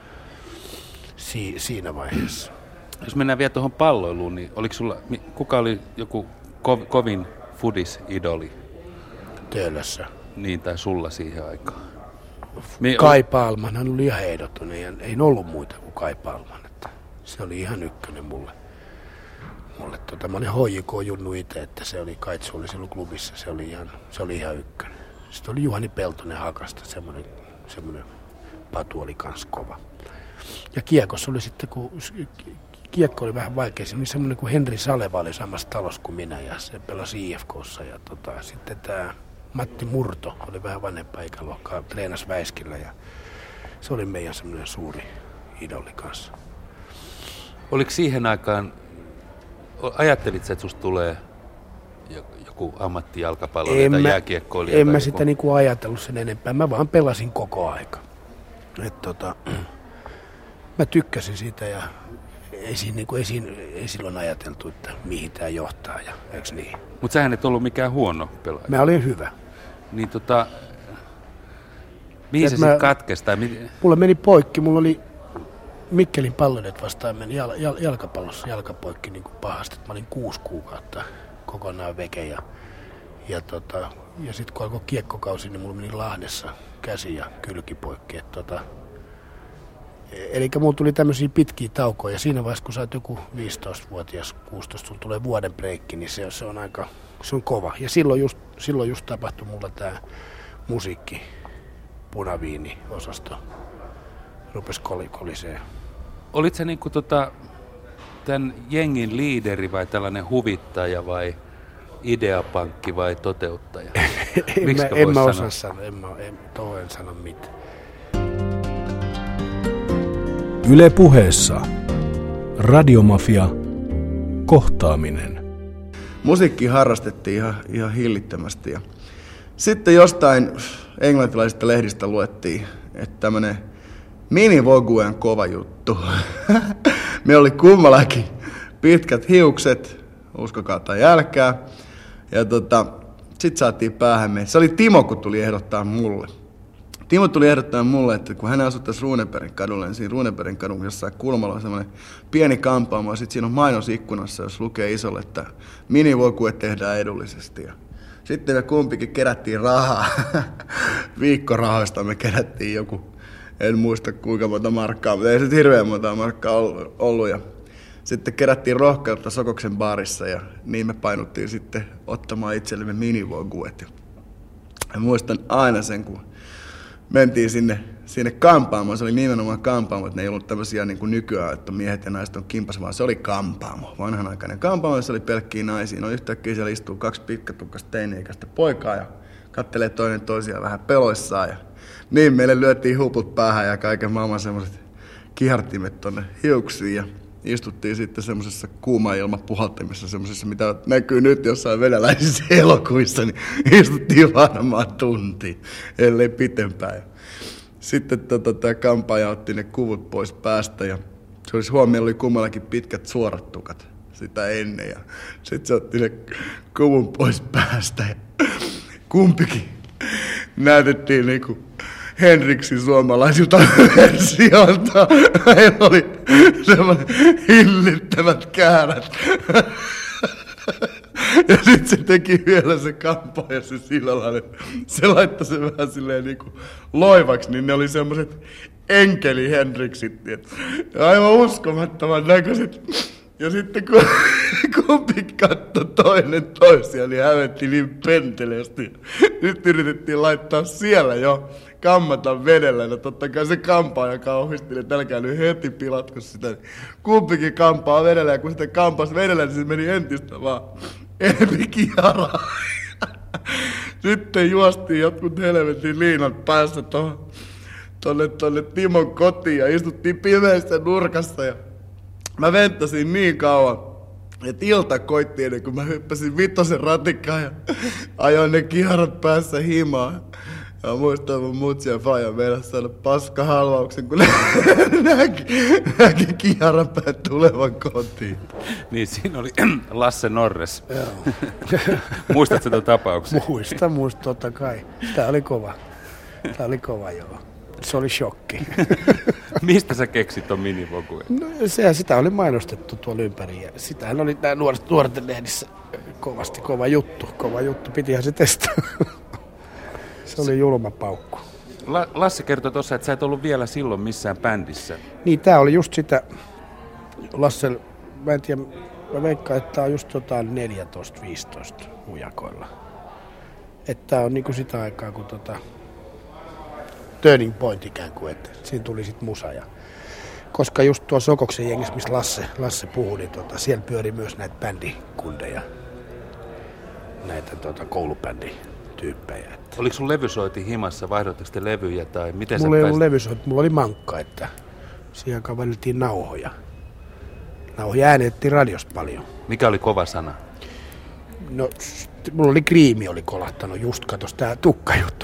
si- siinä vaiheessa. Jos mennään vielä tuohon palloiluun, niin oliko sulla, kuka oli joku ko- kovin fudis-idoli? Töölössä. Niin, tai sulla siihen aikaan? Me, Kai Palman, hän oli ihan ehdoton, ei, ei ollut muita kuin Kai Palman, että se oli ihan ykkönen mulle. mulle tota, mä olin H J K-junnu itse, että se oli, Kaitsu oli silloin klubissa, se oli ihan, se oli ihan ykkönen. Sitten oli Juhani Peltonen Hakasta, semmoinen, semmoinen patu oli kans kova. Ja kiekossa oli sitten, kun kiekko oli vähän vaikea, se oli semmoinen kuin Henri Saleva oli samassa talossa kuin minä ja se pelasi I F K:ssa. Ja tota, sitten tämä Matti Murto oli vähän vanhempaa ikäluokkaa, treenasi Väiskillä ja se oli meidän semmoinen suuri idoli kanssa. Oliko siihen aikaan, ajattelit sä, että susta tulee joku ammattijalkapalloilija tai jääkiekkoilija? En mä joku... sitä niinku ajatellut sen enempää, mä vaan pelasin koko aika. Et tota, mä tykkäsin siitä ja ei, siinä, niinku, ei, siinä, ei silloin ajateltu, että mihin tää johtaa ja eiks niin. Mut sähän et ollut mikään huono pelaaja. Mä olin hyvä. Niin tota, mihin se sitten katkesi? Tai mit... Mulla meni poikki, mulla oli Mikkelin Pallonet vastaan meni jal, jal, jalkapallossa jalkapoikki niin kuin pahasti. Mä olin kuusi kuukautta kokonaan veke ja, ja, tota, ja sitten kun alkoi kiekkokausi, niin mulla meni Lahdessa käsi ja kylki poikki. Et, tota, eli mulla tuli tämmöisiä pitkiä taukoja ja siinä vaiheessa, kun sä oot joku viisitoistavuotias, kuusitoista, sulla tulee vuoden breikki, niin se, se on aika, se on kova. Ja silloin just, silloin just tapahtui mulla tää musiikki, punaviini-osasto, rupesi kolisee. Olit sä niinku tota, tämän jengin liideri vai tällainen huvittaja vai ideapankki vai toteuttaja? en mä, en mä osaa sanoa, en mä en, en sano mitään. Yle Puheessa Radiomafia kohtaaminen. Musiikki harrastettiin ihan, ihan hillittömästi. Ja sitten jostain englantilaisista lehdistä luettiin, että tämmöinen Mini Vogue on kova juttu. Me oli kummallakin pitkät hiukset, uskokaa tai älkää. Ja tota, sit saatiin päähän me. Se oli Timo, kun tuli ehdottaa mulle. Timo tuli ehdottaa mulle, että kun hän asui tässä Runebergin kadulla, niin siinä Runebergin kadun jossain kulmalla on semmoinen pieni kampaamo, ja sitten siinä on mainos ikkunassa, jos lukee isolle, että Mini Vogue tehdään edullisesti. Ja sitten me kumpikin kerättiin rahaa. Viikkorahoista me kerättiin joku, en muista kuinka monta markkaa, mutta ei se hirveän monta markkaa ollut. Ja sitten kerättiin rohkeutta Sokoksen baarissa ja niin me painuttiin sitten ottamaan itsellemme Mini Voguet. Ja muistan aina sen, kun mentiin sinne, sinne kampaamoon. Se oli nimenomaan kampaamo, että ne ei ollut tämmöisiä niin kuin nykyään, että miehet ja naiset on kimpas, vaan se oli kampaamo. Vanhanaikainen kampaamo, se oli pelkkiä naisia. No yhtäkkiä siellä istuu kaksi pitkätukkasta teini-ikäistä poikaa ja kattelee toinen toisiaan vähän peloissaan. Ja niin meille lyötiin huput päähän ja kaiken maailman semmoiset kihartimet tonne hiuksiin. Ja istuttiin sitten semmoisessa kuuma ilmapuhaltimessa, semmoisessa mitä näkyy nyt jossain venäläisissä elokuvissa, niin istuttiin varmaan tuntiin, ellei pitempään. Sitten tota, tämä kampaaja otti ne kuvut pois päästä ja se olisi huomioon, oli kummallakin pitkät suorat tukat sitä ennen. Ja sitten se otti ne kuvun pois päästä ja kumpikin näytettiin niinku Henriksin suomalaisilta versioilta. Heillä oli semmoinen hillittävät käärät. Ja sit se teki vielä se kampaaja se sillä lailla, se laittoi se vähän silleen niinku loivaksi, niin ne oli semmoiset enkeli Henriksit. Aivan uskomattoman näköiset. Ja sitten kun kumpi katsoi toinen toisia, niin hävetti niin penteleesti. Nyt yritettiin laittaa siellä jo kammata vedellä. No totta kai se kampaaja kauhisti, että älkää nyt heti pilatko sitä. Kumpikin kampaa vedellä ja kun sitä kampas vedellä, niin se meni entistä vaan enempi kiaraa. Sitten juostiin jotkut helvetin liinat päässä tuonne tonne Timon kotiin ja istuttiin pimeässä nurkassa. Ja mä venttasin niin kauan, että ilta koitti ennen kuin mä hyppäsin vitosen ratikkaan ja ajoin ne kiharat päässä himaan. Ja muistan mun mutsi ja faija meillä saada paskahalvauksen, kun näki, näki kiharapään tulevan kotiin. Niin, siinä oli Lasse Norres. Joo. Muistatko tätä tapauksen? Muista, muista totta kai. Tää oli kova. Tää oli kova, joo. Se oli shokki. Mistä sä keksit ton Mini Vogue? No sehän sitä oli mainostettu tuolla ympäri. Ja sitähän oli nää nuoret, nuorten lehdissä kovasti kova juttu. Kova juttu, pitihän se testaa. Se oli julma paukku. La- Lassi kertoi tuossa, että sä et ollut vielä silloin missään bändissä. Niin, tää oli just sitä, Lassel, mä en tiedä, mä veikkaan, että tää on just jotain neljätoista viisitoista hujakoilla. Että tää on niinku sitä aikaa, kun tota, turning point ikään kuin, että siinä tuli sit musa. Ja koska just tuolla Sokoksen jengissä, missä Lasse, Lasse puhui, niin tota, siellä pyöri myös näitä bändikundeja, näitä tota, koulubändityyppejä. Että. Oliko sun levysoiti himassa, vaihdoitteko te levyjä tai miten mulla sä ei pääsit? ollut levysoiti, mulla oli mankka, että siihen aikaan välittiin nauhoja. Nauhoja äänitettiin radiossa paljon. Mikä oli kova sana? No, mulla oli Kriimi oli kolahtanut, just katos tää tukkajuttu.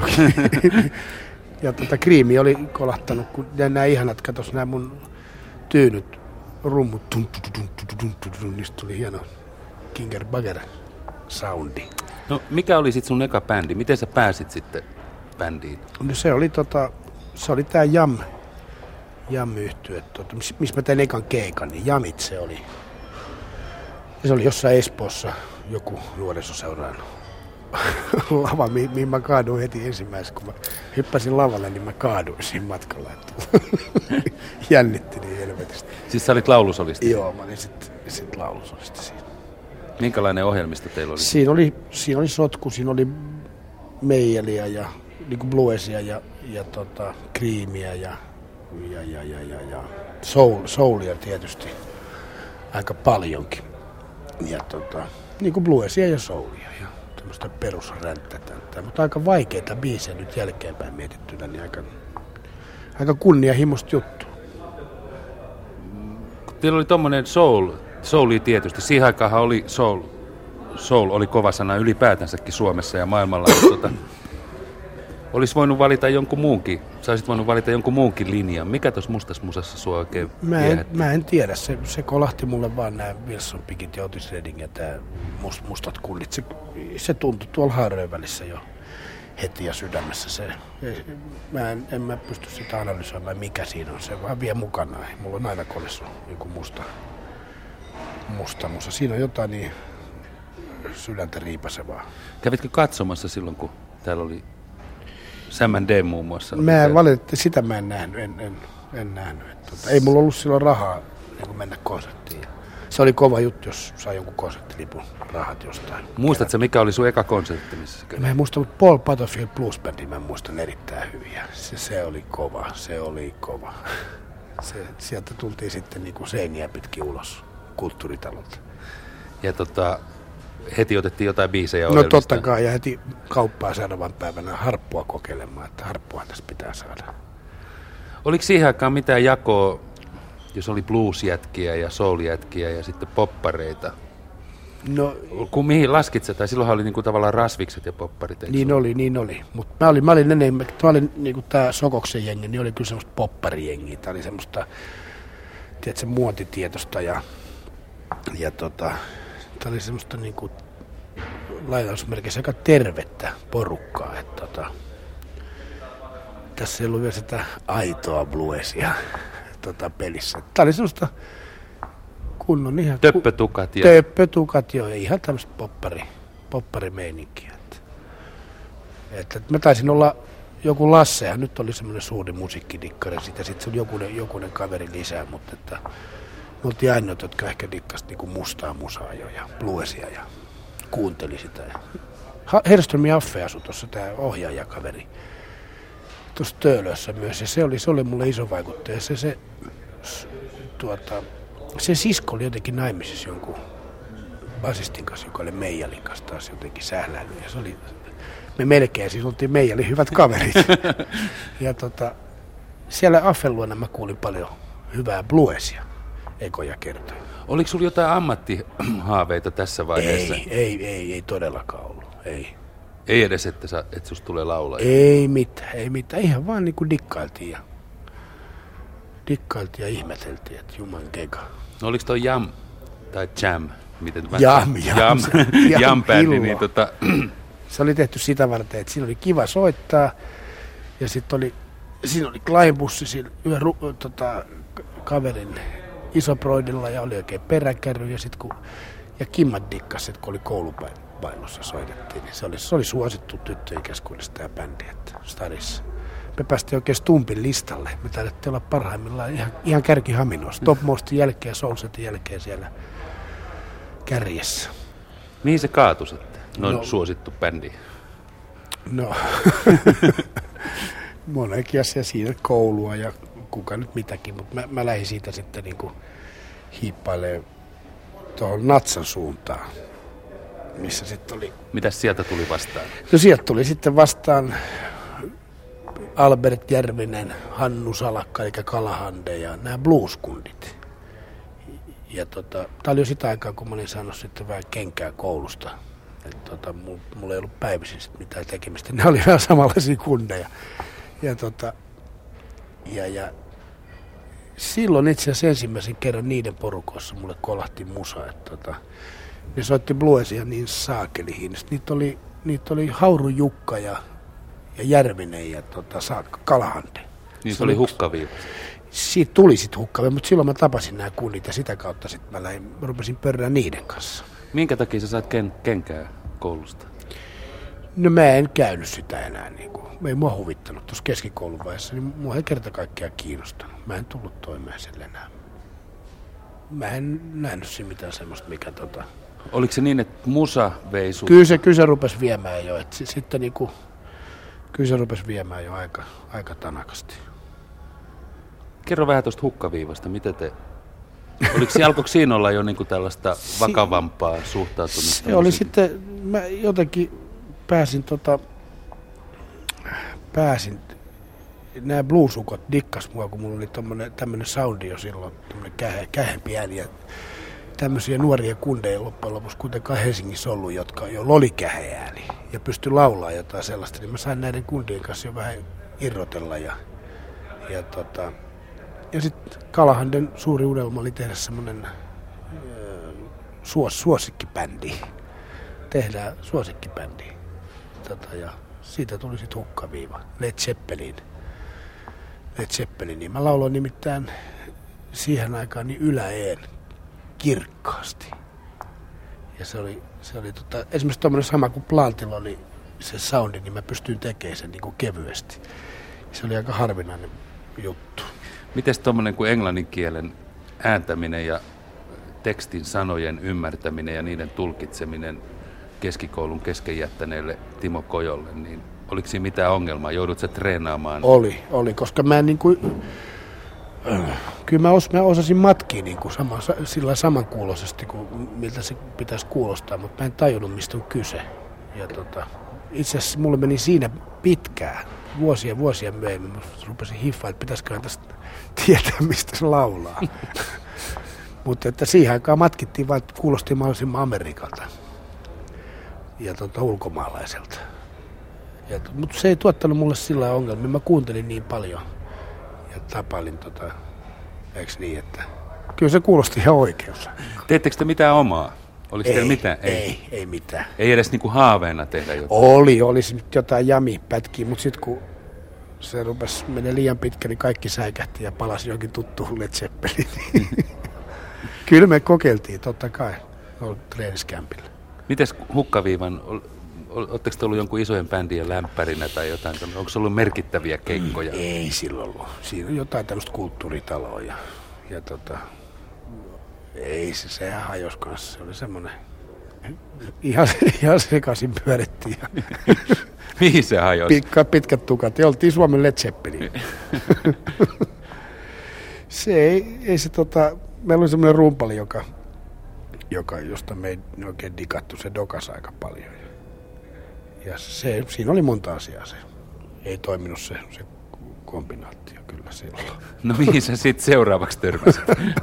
Ja tota Kriimi oli kolahtanut, kun nämä ihanat, katos nämä mun tyynyt rummut, tum, tum, tum, tum, tum, tum, tum, niistä tuli hieno Kinger Bagger soundi. No mikä oli sit sun eka bändi? Miten sä pääsit sitten bändiin? No se oli tota, se oli tää Jam, Jam-yhtye, tota, missä mä tein ekan keikan, niin Jamit se oli. Ja se oli jossain Espoossa joku nuorisoseuraan lava, mi- mihin mä kaaduin heti ensimmäisenä. Kun mä hyppäsin lavalle, niin mä kaaduin siinä matkalla. Jännitti niin helvetistä. Siis sä olit laulusolisti? Joo, mä olin sitten sit laulusolisti siinä. Minkälainen ohjelmisto teillä oli? Siinä oli, siinä oli sotku, siinä oli meijeliä ja niin kuin bluesia ja, ja tota, kriimiä ja, ja, ja, ja, ja, ja soul, soulia tietysti aika paljonkin. Ja tota, niin kuin bluesia ja soulia ja tämmöistä perusränttätäntä. Mutta aika vaikeita biisejä nyt jälkeenpäin mietittynä, niin aika, aika kunnianhimoista juttu. Teillä oli tommonen soul, soulia tietysti. Siihen aikaanhan oli soul, soul oli kova sana ylipäätänsäkin Suomessa ja maailmalla. Tuota, olisi voinut valita jonkun muunkin, sä olisit voinut valita jonkun muunkin linjan. Mikä tuossa Mustassa musassa sua oikein Mä en, viehätti? mä en tiedä, se, se kolahti mulle vaan nämä Wilson Pickett ja Otis Redding ja tää must, mustat kullit. Se, se tuntui tuolla haarojen välissä jo heti ja sydämessä. Se, mä en, en mä pysty sitä analysoimaan, mikä siinä on. Se vaan vie mukanaan. Mulla on aina kolessa joku musta, musta musa. Siinä on jotain niin sydäntä riipasevaa. Kävitkö katsomassa silloin, kun täällä oli Sam and Dave muun muassa? Mä en valitettavasti, sitä mä en nähnyt. En, en, en nähnyt. Että, tota, ei mulla ollut silloin rahaa niin mennä konserttiin. Se oli kova juttu, jos sai jonkun konserttilipun rahat jostain. Muistatko, mikä oli sun eka konsertti, missä sä kävit? Mä en muista, mutta Paul Butterfield Blues Bandi mä muistan erittäin hyvin. Se, se oli kova, se oli kova. Se, sieltä tultiin sitten niin kuin seiniä pitkin ulos kulttuuritalolta. Ja tota, heti otettiin jotain biisejä No ohjelmista. totta kai, ja heti kauppaa seuraavan päivänä harppua kokeilemaan, että harppua tässä pitää saada. Oliko siihen aikaan mitään jakoa, jos oli bluesjätkiä ja souljätkiä ja sitten poppareita? No Kun mihin laskit sä? Tai silloinhan oli niinku tavallaan rasvikset ja popparit. eikö niin sulla? oli, niin oli. Mutta mä olin, mä olin enemmän, mä olin niinku tää Sokoksen jengi, niin oli kyllä semmoista popparijengiä. Tää oli semmoista, tiedätkö, muotitietosta ja, ja tota, tää oli semmoista niinku lainausmerkeissä aika tervettä porukkaa. Et tota, tässä ei ollut vielä sitä aitoa bluesia tota pelissä. Tää oli semmoista kunnon ihan... Töppötukat ja... Töppötukat, joo, ihan tämmöistä poppari, popparimeininkiä. Että, että mä taisin olla joku Lasse, ja nyt oli semmoinen suuri musiikkidikkari, sitä sitten se oli jokunen, jokunen kaveri lisää, mutta että me oltiin ainoat, jotka ehkä dikkasivat niinku mustaa musaa jo ja bluesia ja kuunteli sitä. Herströmin Affe asui tuossa, tämä ohjaajakaveri, tuossa Töölössä myös, ja se oli, se oli mulle iso vaikuttaja. Se, se, tuota, se sisko oli jotenkin naimisissa jonkun basistin kanssa, joka oli Meijalin kanssa taas jotenkin sähläillyt. Ja se oli, me melkein siis oltiin Meijalin hyvät kaverit. Ja tota, siellä Affen luona mä kuulin paljon hyvää bluesia ekoja kertoja. Oliko sulla jotain ammattihaaveita tässä vaiheessa? Ei, ei, ei, ei todellakaan ollut. Ei. Ei edes, että, sä, että susta tulee laulaja? Ei mitään, ei mitään. Ihan vaan niinku dikkailtiin ja, dikkailtiin ja ihmeteltiin, että juman keka. No oliko toi Jam tai Jam? Miten mä Jam, jam, Jam, jam, jam bändi, hilloa. niin tota, Se oli tehty sitä varten, että siinä oli kiva soittaa ja sitten oli, siinä oli Kleinbussi siinä yhden ru- tota, kaverin isoproidilla ja oli oikein peräkärry ja sitten kun ja Kimmat dikkas, että kun oli koulubailossa soitettiin, niin se oli, se oli suosittu tyttöjen keskuudessa tämä bändi, että Stadissa. Me päästiin oikein Stumpin listalle. Me taidettiin olla parhaimmillaan ihan, ihan kärkihaminoissa. Top Mostin jälkeen ja Soulsetin jälkeen siellä kärjessä. mihin se kaatui sitten? Noin No. suosittu bändi. No, monenkin asia siinä koulua ja kuka nyt mitäkin, mutta mä, mä lähdin siitä sitten niinku hiippailemaan tuohon Natsan suuntaan, missä sitten oli... Mitäs sieltä tuli vastaan? No sieltä tuli sitten vastaan Albert Järvinen, Hannu Salakka, eli Kalahande ja nämä blueskundit. Ja tota, tää oli jo sitä aikaa, kun mä olin saanut sitten vähän kenkää koulusta. Että tota, mulla ei ollut päivisin sit mitään tekemistä. Ne oli vähän samanlaisia kundeja. Ja, tota, ja, ja silloin itse asiassa ensimmäisen kerran niiden porukoissa mulle kolahti musa. Että tota, ne soitti bluesia niin saakelihin. Niitä oli, niitä oli Hauru Jukka ja, ja Järvinen ja tota, Saakka, Kalahande. Niin se oli hukkaviiva. Siitä tuli sitten hukkaviiva, mutta silloin mä tapasin nämä kunnit ja sitä kautta sitten mä lähdin, rupesin pörrään niiden kanssa. Minkä takia sä saat ken- kenkää koulusta? No mä en käynyt sitä enää. Niin kuin, ei mua huvittanut tuossa keskikoulun vaiheessa, niin mua ei kerta kaikkiaan kiinnostanut. Mä en tullut toimeen sille enää. Mä en nähnyt siinä mitään semmoista, mikä tota... Oliko se niin, että musa vei sut? Kyllä se, kyllä se rupesi viemään jo. Et sitten niinku, kyllä se rupesi viemään jo aika, aika tanakasti. Kerro vähän tuosta hukkaviivasta. Mitä te... Oliko se, alkoiko siinä olla jo niinku tällaista vakavampaa suhtautumista? Se oli sitten, mä jotenkin pääsin tota, pääsin, nämä bluesukot dikkas mua, kun mulla oli tommonen, tämmönen soundi jo silloin, tämmönen kähe, kähempi ääni, ja tämmöisiä nuoria kundeja loppujen lopuksi kuitenkaan Helsingissä ollut, jotka jo oli käheä ääni ja pystyi laulaa jotain sellaista, niin mä sain näiden kundien kanssa jo vähän irrotella ja, ja tota, ja sitten Kalahanden suuri unelma oli tehdä semmoinen äh, suos, suosikkibändi. Tehdään suosikkibändi. Tota, ja siitä tuli sitten hukkaviiva. Led Zeppelin. Led Zeppelin. Niin mä lauloin nimittäin siihen aikaan niin yläeen kirkkaasti. Ja se oli, se oli tota, esimerkiksi tommoinen sama kuin Plantilla oli se soundi, niin mä pystyin tekemään sen niin kuin kevyesti. Se oli aika harvinainen juttu. Mites tuommoinen kuin englannin kielen ääntäminen ja tekstin sanojen ymmärtäminen ja niiden tulkitseminen keskikoulun kesken jättäneelle Timo Kojolle, niin oliko siinä mitään ongelmaa? Joudut sä treenaamaan? Oli, oli, koska mä niin kuin, äh, kyllä mä, os, mä osasin matkia niin kuin sama, sillä samankuuloisesti kuin miltä se pitäisi kuulostaa, mutta mä en tajunnut, mistä on kyse. Ja tota, itse asiassa mulle meni siinä pitkään, vuosia vuosia myöhemmin, mä rupesin hiffaan, että pitäisiköhän tästä tietää, mistä se laulaa. Mutta että siihen aikaan matkittiin vaan, että kuulosti mahdollisimman Amerikalta ja tota, ulkomaalaiselta. Ja, mutta se ei tuottanut mulle sillä ongelmia. Mä kuuntelin niin paljon ja tapailin, tota, eikö niin, että kyllä se kuulosti ihan oikeussa. Teettekö te mitään omaa? Oliko teillä mitään? Ei, ei, ei mitään. Ei edes niinku haaveena tehdä jotain? Oli, olisi nyt jotain jami-pätkiä, mutta sitten kun se rupesi mennä liian pitkä, niin kaikki säikähti ja palasi johonkin tuttuun Led Zeppeliniin. Kyllä me kokeiltiin, totta kai, treeniskämpillä. Mites hukkaviivan, oletteko te ollut jonkun isojen bändien lämpärinä tai jotain? Onko se ollut merkittäviä keikkoja? Mm, ei silloin ollut. Siinä on jotain tämmöistä kulttuuritaloa ja, ja tota, ei se, sehän hajosi kanssa. Se oli semmoinen, ihan, ihan sekaisin pyörittiin. Mihin se hajosi? Pitkä, pitkät tukat ja oltiin Suomen Led Zeppelin. Se ei, ei se tota, meillä oli semmoinen rumpali, joka, joka, josta me ei oikein digattu, se dokasi aika paljon. Ja se, siinä oli monta asiaa, se ei toiminut se, se kombinaatio kyllä silloin. No mihin sä sitten seuraavaksi törmäsit?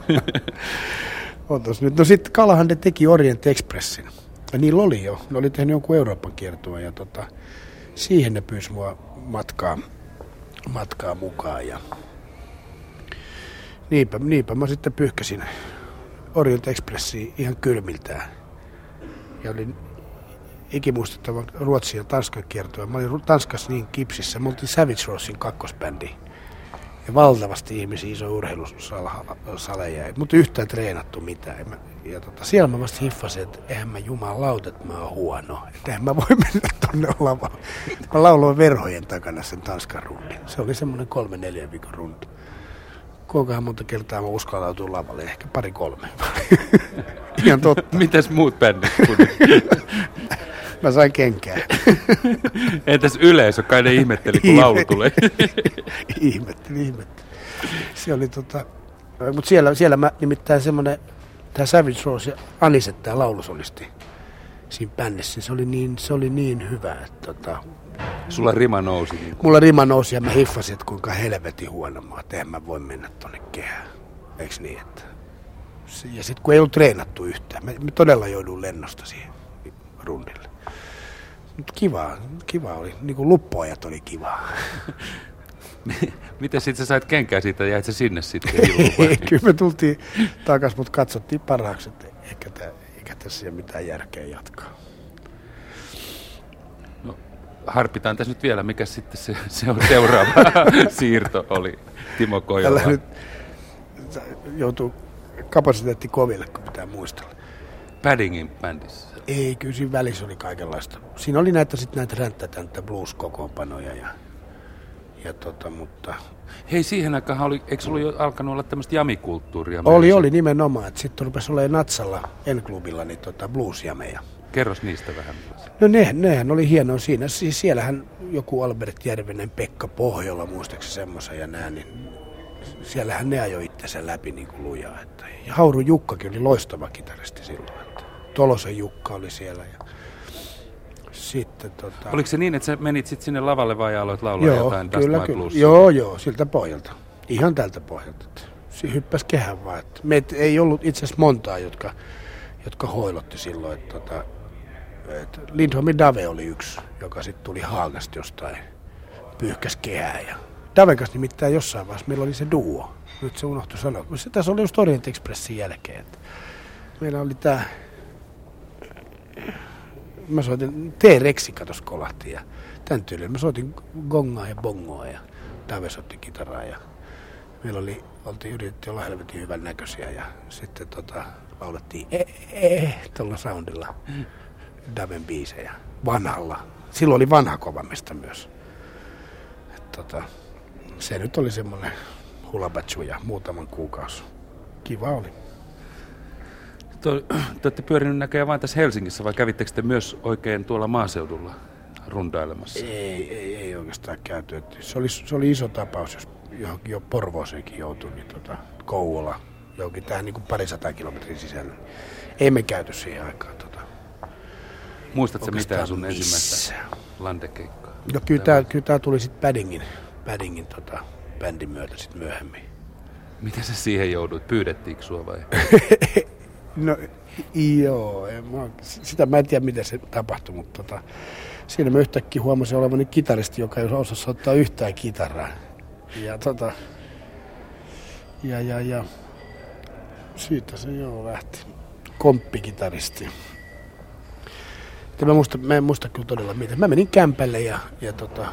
Otas nyt, no sitten Kalahande teki Orient Expressin. Ja niillä oli jo, ne oli tehnyt jonkun Euroopan kiertua ja tota, siihen ne pyysi mua matkaa, matkaa mukaan. Ja niinpä, niinpä mä sitten pyyhkäsin Orient Expressia ihan kylmiltään. Ja olin ikimuistettava Ruotsin ja Tanskan kiertoa. Mä olin Tanskassa niin kipsissä. Me oltiin Savage Rosin kakkosbändi. Ja valtavasti ihmisiä, iso urheilusaleja. Mutta yhtään treenattu mitään. Ja tota, siellä mä vasta hiffasin, että eihän mä jumalauta, että mä oon huono. Että eihän mä voi mennä tonne lavaan. Mä lauloin verhojen takana sen Tanskan rundin. Se oli semmoinen kolme neljän viikon rundi. Kuinkahan monta kertaa mä uskaltautuin lavalle? Ehkä pari kolme. Ihan totta. Mitäs muut bändit? Mä sain kenkää. Entäs yleisö? Kai ne ihmetteli, kun laulu tulee. Ihmetteli, ihmetteli. Se oli tota, mutta siellä, siellä mä nimittäin semmoinen, tämä Savage Rose ja Aniset, tämä laulusolisti siinä bändissä, se oli niin, se oli niin hyvä, että tota, Sulla rima nousi. Niin mulla rima nousi ja mä hiffasin, että kuinka helvetin huono mä oon, että eihän mä voi mennä tonne kehään. Eiks niin, että... Ja sit kun ei ollut treenattu yhtään, mä, mä todella jouduin lennosta siihen rundille. Mutta kiva, kiva oli, niin kuin luppoajat oli kivaa. Miten sit sä sait kenkää siitä ja jäit sä sinne sitten? Kyllä me tultiin takas, mutta katsottiin parhaaksi, että eikä, tää, eikä tässä ole mitään järkeä jatkaa. No, harpitaan tässä nyt vielä, mikä sitten se, se on seuraava siirto oli Timo Kojola. Tällä nyt joutuu kapasiteetti koville, kun pitää muistella. Paddingin bändissä. Ei, kyllä siinä välissä oli kaikenlaista. Siinä oli näitä sitten näitä ränttätäntä blues-kokoonpanoja ja, ja tota, mutta... Hei, siihen aikaan oli, eikö ollut jo alkanut olla tämmöistä jamikulttuuria? Oli, mielessä? oli nimenomaan. Sitten rupesi olemaan Natsalla N-klubilla niin tota blues-jameja. Kerros niistä vähän. No ne, nehän oli hienoa siinä. Siis siellähän joku Albert Järvinen, Pekka Pohjola, muistaakseni semmoisen ja nää, niin siellähän ne ajoi itsensä läpi niin kuin lujaa. Että. Ja Hauru Jukkakin oli loistava kitaristi silloin. Että. Tolosen Jukka oli siellä. Ja sitten, tota... Oliko se niin, että sä menit sitten sinne lavalle vai aloit laulaa joo, jotain kyllä, Dust My kyllä. Bluesia? Joo, joo, siltä pohjalta. Ihan tältä pohjalta. Se hyppäsi kehän vaan. Meitä ei ollut itse asiassa montaa, jotka, jotka hoilotti silloin. Että, tota, että Lindholmin Dave oli yksi, joka sitten tuli Haagasta jostain, pyyhkäsi kehään. Ja Daven kanssa nimittäin jossain vaiheessa meillä oli se duo. Nyt se unohtui sanoa. Se tässä oli just Orient Expressin jälkeen. Että meillä oli tämä... Mä soitin T-Rexi katos kolahti ja tän tyylillä. Mä soitin gongaa ja bongoa ja Dave soitti kitaraa ja meillä oli, oltiin yritetty olla helvetin hyvän näköisiä ja sitten tota, laulettiin ee tuolla soundilla Daven biisejä vanhalla. Silloin oli vanha kovamista myös. Et, tota, se nyt oli semmoinen hulabatsu ja muutaman kuukausi. Kiva oli. Te olette pyörinyt näköjään vain tässä Helsingissä vai kävittekö te myös oikein tuolla maaseudulla rundailemassa? Ei, ei, ei oikeastaan käyty. Se oli, se oli iso tapaus, jos johonkin jo Porvooseenkin joutui, niin tota, Kouvola, johonkin tähän niin kuin parisataa kilometrin sisällä. Ei me käyty siihen aikaan. Tota, Muistatko mitään sun ensimmäistä landekeikkaa? No kyllä tämä, kyllä tämä tuli sitten Paddingin, Paddingin tota, bändin myötä sitten myöhemmin. Miten sä siihen jouduit? Pyydettiinkö sua vai? No joo, mä, sitä mä en tiedä miten se tapahtui, mutta tota, siinä mä yhtäkkiä huomasin olevani kitaristi, joka ei osaa soittaa yhtään kitaraa. Ja tota, ja ja ja, siitä se joo lähti, komppikitaristi. Mä, muista, mä en muista kyllä todella miten. Mä menin kämpälle ja, ja tota,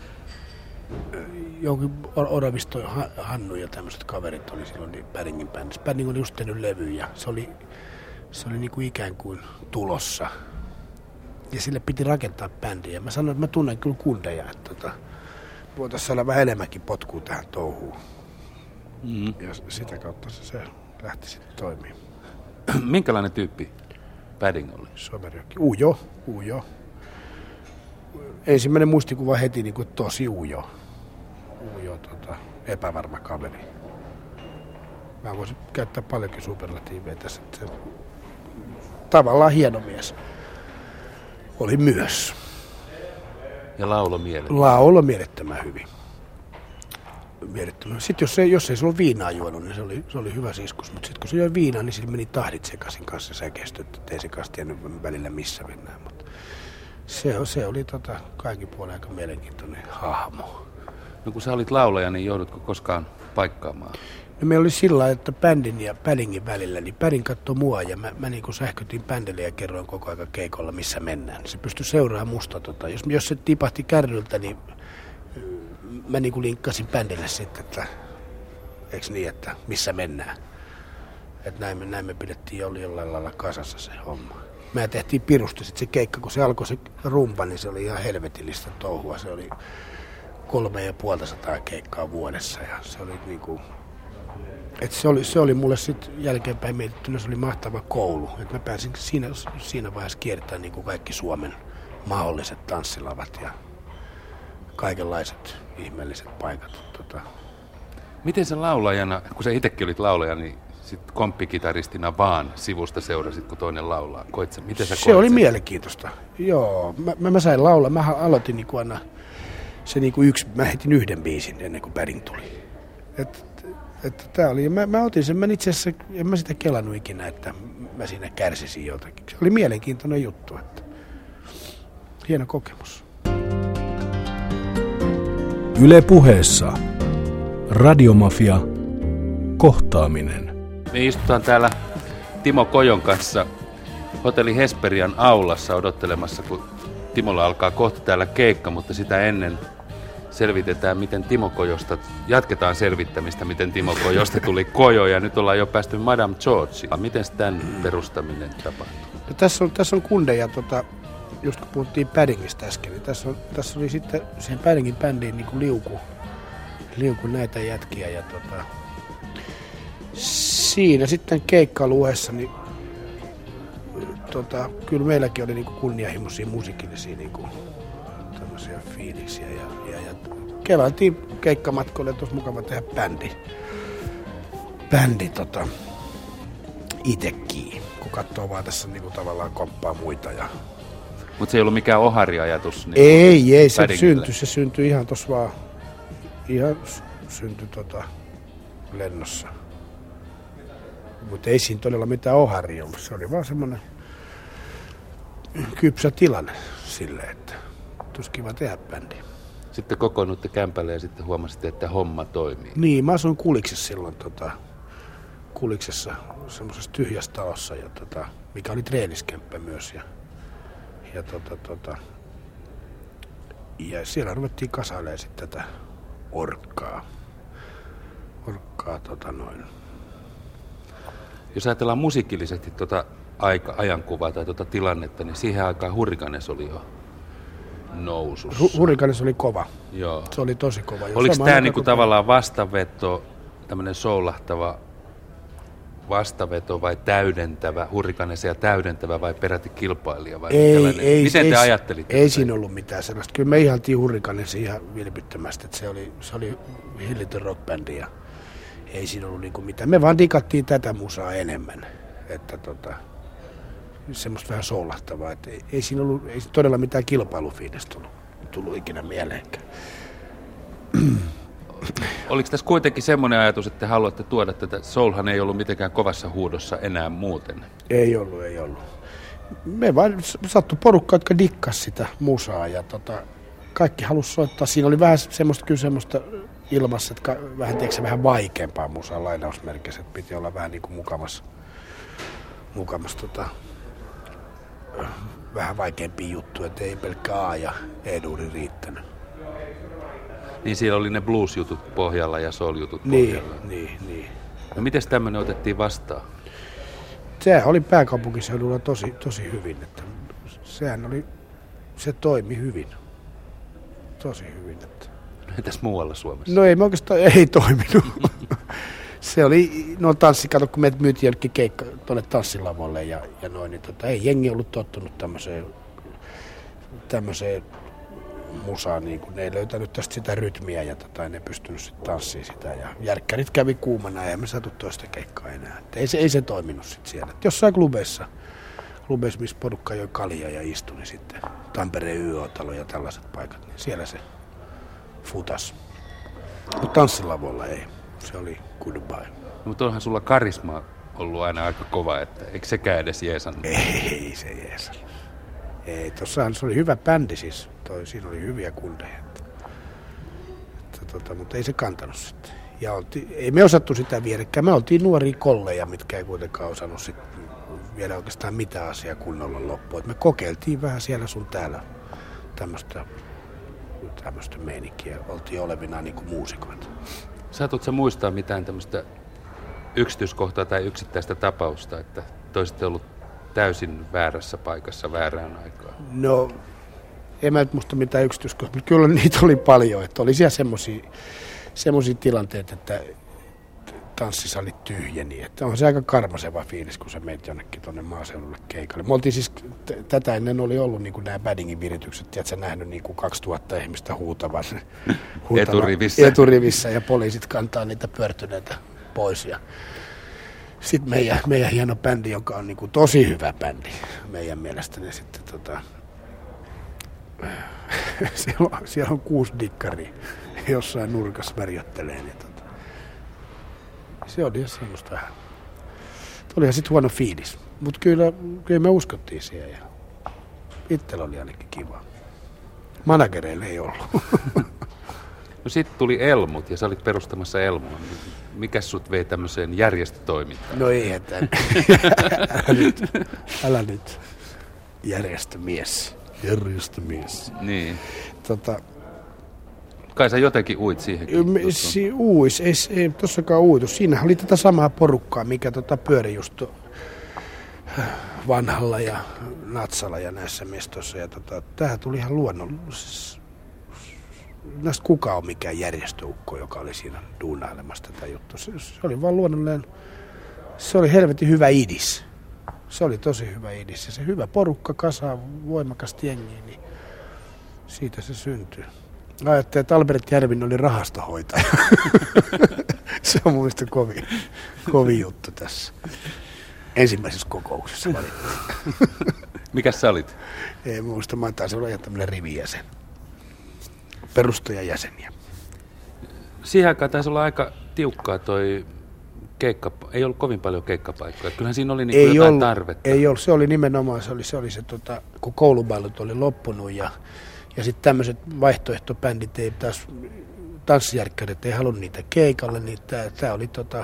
jonkin Oravisto Hannu ja tämmöiset kaverit oli silloin niin Paddingin bändissä. Padding oli just tehnyt levy ja se oli, se oli niin kuin ikään kuin tulossa. Ja sille piti rakentaa bändiä. Mä sanoin, että mä tunnen kyllä kundeja, että tota, voitaisiin saada vähän enemmänkin potkua tähän touhuun. Mm. Ja sitä kautta se, se lähti sitten toimimaan. Minkälainen tyyppi Padding oli? Somerjoki. Ujo, ujo. Ensimmäinen muistikuva heti niin kuin tosi ujo. Ujo, tota, epävarma kaveri. Mä voisin käyttää paljonkin superlatiiveja tässä. Se, tavallaan hieno mies oli myös. Ja laulo mielettömän. Laulo mielettömän hyvin. Mielettömän. Sitten jos ei, jos ei sulla viinaa juonut, niin se oli, se oli hyvä siskus. Mutta sitten kun se joi viinaa, niin sillä meni tahdit sekaisin kanssa säkeisty. Että ei se kanssa tiennyt välillä missä mennään. Mutta se, se oli tota, kaikin puolin aika mielenkiintoinen hahmo. No kun sä olit laulaja, niin joudutko koskaan paikkaamaan? No meillä oli sillä lailla, että bändin ja Paddingin välillä, niin Padding katsoi mua ja mä, mä niin kuin sähkötin bändille ja kerroin koko ajan keikolla, missä mennään. Se pystyi seuraamaan musta. Tota. Jos, jos se tipahti kärryltä, niin mä niin kuin linkkasin bändille sitten, että eikö niin, että missä mennään. Että näin me, näin me pidettiin oli jollain lailla kasassa se homma. Me tehtiin pirusti sitten se keikka, kun se alkoi se rumpa, niin se oli ihan helvetillistä touhua. Se oli kolme ja puolta sataa keikkaa vuodessa ja se oli niinku... Et se, oli, se oli mulle sitten jälkeenpäin mietittynä, se oli mahtava koulu. Et mä pääsin siinä, siinä vaiheessa kiertämään niinku kaikki Suomen mahdolliset tanssilavat ja kaikenlaiset ihmeelliset paikat. Tota. Miten sä laulajana, kun sä itsekin olit laulaja, niin sit komppikitaristina vaan sivusta seurasit, kun toinen laulaa. Koit sä, miten sä Se koit oli sen? mielenkiintoista. Joo, mä, mä, mä sain laulaa. Mä aloitin niinku aina se niinku yksi, mä heitin yhden biisin ennen kuin Padding tuli. Et, et, tää oli, mä, mä otin sen, mä itse asiassa, en mä sitä kelannut ikinä, että mä siinä kärsisin jotakin. Se oli mielenkiintoinen juttu, että hieno kokemus. Yle Puheessa Radiomafia kohtaaminen. Me istutaan täällä Timo Kojon kanssa Hotelli Hesperian aulassa odottelemassa, kun Timolla alkaa kohta täällä keikka, mutta sitä ennen selvitetään, miten Timo Kojosta, jatketaan selvittämistä, miten Timo Kojosta tuli Kojo, ja nyt ollaan jo päästy Madame Georgeen. Miten tämän perustaminen tapahtuu? No, tässä, on, tässä on kundeja, tota, just kun puhuttiin Paddingista äsken, niin tässä, on, tässä oli sitten siihen Paddingin bändiin niin kuin liuku, liuku näitä jätkiä, ja tota, siinä sitten keikkailuessa, niin tota, kyllä meilläkin oli niin kuin kunnianhimoisia musiikillisia niin kuin, tämmöisiä fiiliksiä, ja, ja, ja kelailtiin keikkamatkoille, että olisi mukava tehdä bändi, bändi tota, itekin, kun katsoo vaan tässä niin kuin tavallaan komppaa muita. Ja Mutta se ei ollut mikään ohariajatus. Niin ei, ei, se Paddingille. syntyi, se syntyi ihan tuossa vaan, ihan syntyi tota lennossa. Mutta ei siinä todella mitään oharia ollut, se oli vaan semmoinen kypsä tilanne silleen, että olisi kiva tehdä bändi. Sitten kokoonnutte kämpälle ja sitten huomasitte, että homma toimii. Niin, mä asuin Kuliksessa silloin, tota, Kuliksessa semmoisessa tyhjässä talossa, ja, tota, mikä oli treeniskämppä myös. Ja, ja, tota, tota, ja siellä ruvettiin kasailemaan sitten tätä orkkaa. Orkkaa tota noin. Jos ajatellaan musiikillisesti tuota aika, ajankuvaa tai tuota tilannetta, niin siihen aikaan Hurricanes oli jo nousussa. Hu- Hurricanes oli kova. Joo. Se oli tosi kova. Jo Oliko samaan tämä aikaan, niinku kun- tavallaan vastaveto, tämmöinen soulahtava vastaveto vai täydentävä, Hurricanesia täydentävä vai peräti kilpailija? Vai Ei, minkälainen? ei, Miten ei, te ajattelitte? Ei tätä? siinä ollut mitään sellaista. Kyllä me ihaltiin Hurricanesia ihan vilpittömästi, että se oli, se oli hillitön rockbändi ja ei siinä ollut niinku mitään. Me vaan digattiin tätä musaa enemmän, että tota, semmoista vähän soulahtavaa. Että ei, ei siinä ollut ei todella mitään kilpailufiilistä tullut, tullut ikinä mieleenkään. Oliko tässä kuitenkin semmoinen ajatus, että te haluatte tuoda tätä? Soulhan ei ollut mitenkään kovassa huudossa enää muuten. Ei ollut, ei ollut. Me vaan sattui porukka, jotka dikkas sitä musaa ja tota, kaikki halusi soittaa. Siinä oli vähän semmoista, kyllä semmoista ilmassa, että vähän, tiedätkö, vähän vaikeampaa musaa lainausmerkeissä, että piti olla vähän niin kuin mukavassa, mukavassa tota, vähän vaikeampia juttuja, että ei pelkkä A ja E-duuri riittänyt. Niin siellä oli ne blues-jutut pohjalla ja soul-jutut Niin, pohjalla. niin, niin. No miten tämmöinen otettiin vastaan? Se oli pääkaupunkiseudulla tosi, tosi hyvin, että sehän oli, se toimi hyvin, tosi hyvin. Että. Entäs muualla Suomessa? No ei me oikeastaan, ei toiminut. Se oli, no tanssi, kato kun me myytiin jonnekin keikka tuonne tanssilavolle ja, ja noin, niin tota, ei jengi ollut tottunut tämmöiseen, tämmöiseen musaan, niin kuin ne ei löytänyt tästä sitä rytmiä ja tota, ei ne pystynyt sitten tanssimaan sitä. Ja järkkärit kävi kuumana ja me saatu toista keikkaa enää. Et ei, se, ei se toiminut sitten siellä. Et jossain klubeissa, klubeissa, missä porukka joi kaljaa ja istui, niin sitten Tampereen Y O-talo ja tällaiset paikat, niin siellä se futas. Mutta tanssilavoilla ei. Se oli goodbye. Mutta onhan sulla karisma ollut aina aika kova, että eikö sekään edes jeesannut? Ei se jeesa. Ei, tossahan se oli hyvä bändi siis. Toi, siinä oli hyviä kundeja. Että, että, tota, mutta ei se kantanut sitten. Ja oltiin, ei me osattu sitä viedäkään. Me oltiin nuoria kolleja, mitkä ei kuitenkaan osannut sit viedä oikeastaan mitään asiaa kunnolla loppuun. Et me kokeiltiin vähän siellä sun täällä tämmöistä tämmöistä meininkiä. Oltiin olevina niin kuin muusikoita. Saatut sä muistaa mitään tämmöistä yksityiskohtaa tai yksittäistä tapausta, että toisitte ollut täysin väärässä paikassa väärään aikaan? No, en mä nyt muista mitään yksityiskohtia, mutta kyllä niitä oli paljon. Että oli siellä semmoisia semmoisia tilanteita, että tanssisalit tyhjeni. Että on se aika karmaseva fiilis, kun sä meet jonnekin tuonne maaseudulle keikalle. Me oltiin siis, t- tätä ennen oli ollut niin kuin nämä Baddingin viritykset, tiedätkö, nähnyt niin kuin kaksituhatta ihmistä huutavan, huutavan eturivissä. eturivissä ja poliisit kantaa niitä pyörtyneitä pois. Ja sitten meidän, meidän hieno bändi, joka on niin kuin tosi hyvä bändi meidän mielestä, niin sitten tota, siellä, on, siellä on kuusi dikkaria jossain nurkassa värjöttelee. Niin tota, se oli semmoista vähän. Tulihan sitten huono fiilis, mutta kyllä, kyllä me uskottiin siihen ja itsellä oli ainakin kiva. Managereille ei ollut. No sitten tuli Elmut ja sä olit perustamassa Elmua. Mikäs sut vei tämmöiseen järjestötoimintaan? No ei, että älä nyt, älä nyt. Järjestömies. Järjestömies. Niin. Tota, Kai sä jotenkin uit siihenkin. Si, uis, ei, ei tossakaan uitu. Siinähän oli tätä samaa porukkaa, mikä tota pyöri just Vanhalla ja Natsala ja näissä mestoissa. Ja tota, tämähän tuli ihan luonnollisesti. Näistä kuka on mikään järjestöukko, joka oli siinä duunailemassa tätä juttua. Se, se oli vaan luonnollinen, se oli helvetin hyvä idis. Se oli tosi hyvä idis. Ja se hyvä porukka kasaa voimakasta jengiä, niin siitä se syntyy. Ajattelin, että Albert Järvinen oli rahastohoitaja. Se on mun mielestä kovin, kovin juttu tässä. Ensimmäisessä kokouksessa valittiin. Mikäs sä olit? Ei muista, mä taisin olla ihan tämmöinen rivijäsen. Perustajajäseniä. Siihen aikaan taisi olla aika tiukkaa toi keikka, ei ollut kovin paljon keikkapaikkoja. Kyllähän siinä oli niinku ei jotain ollut, tarvetta. Ei ollut, se oli nimenomaan, se oli se, oli se tota, kun koulubailut oli loppunut ja, ja sitten tämmöiset vaihtoehtobändit, ei taas tanssijärkkärit ei halunnut niitä keikalle, niin tämä oli tota,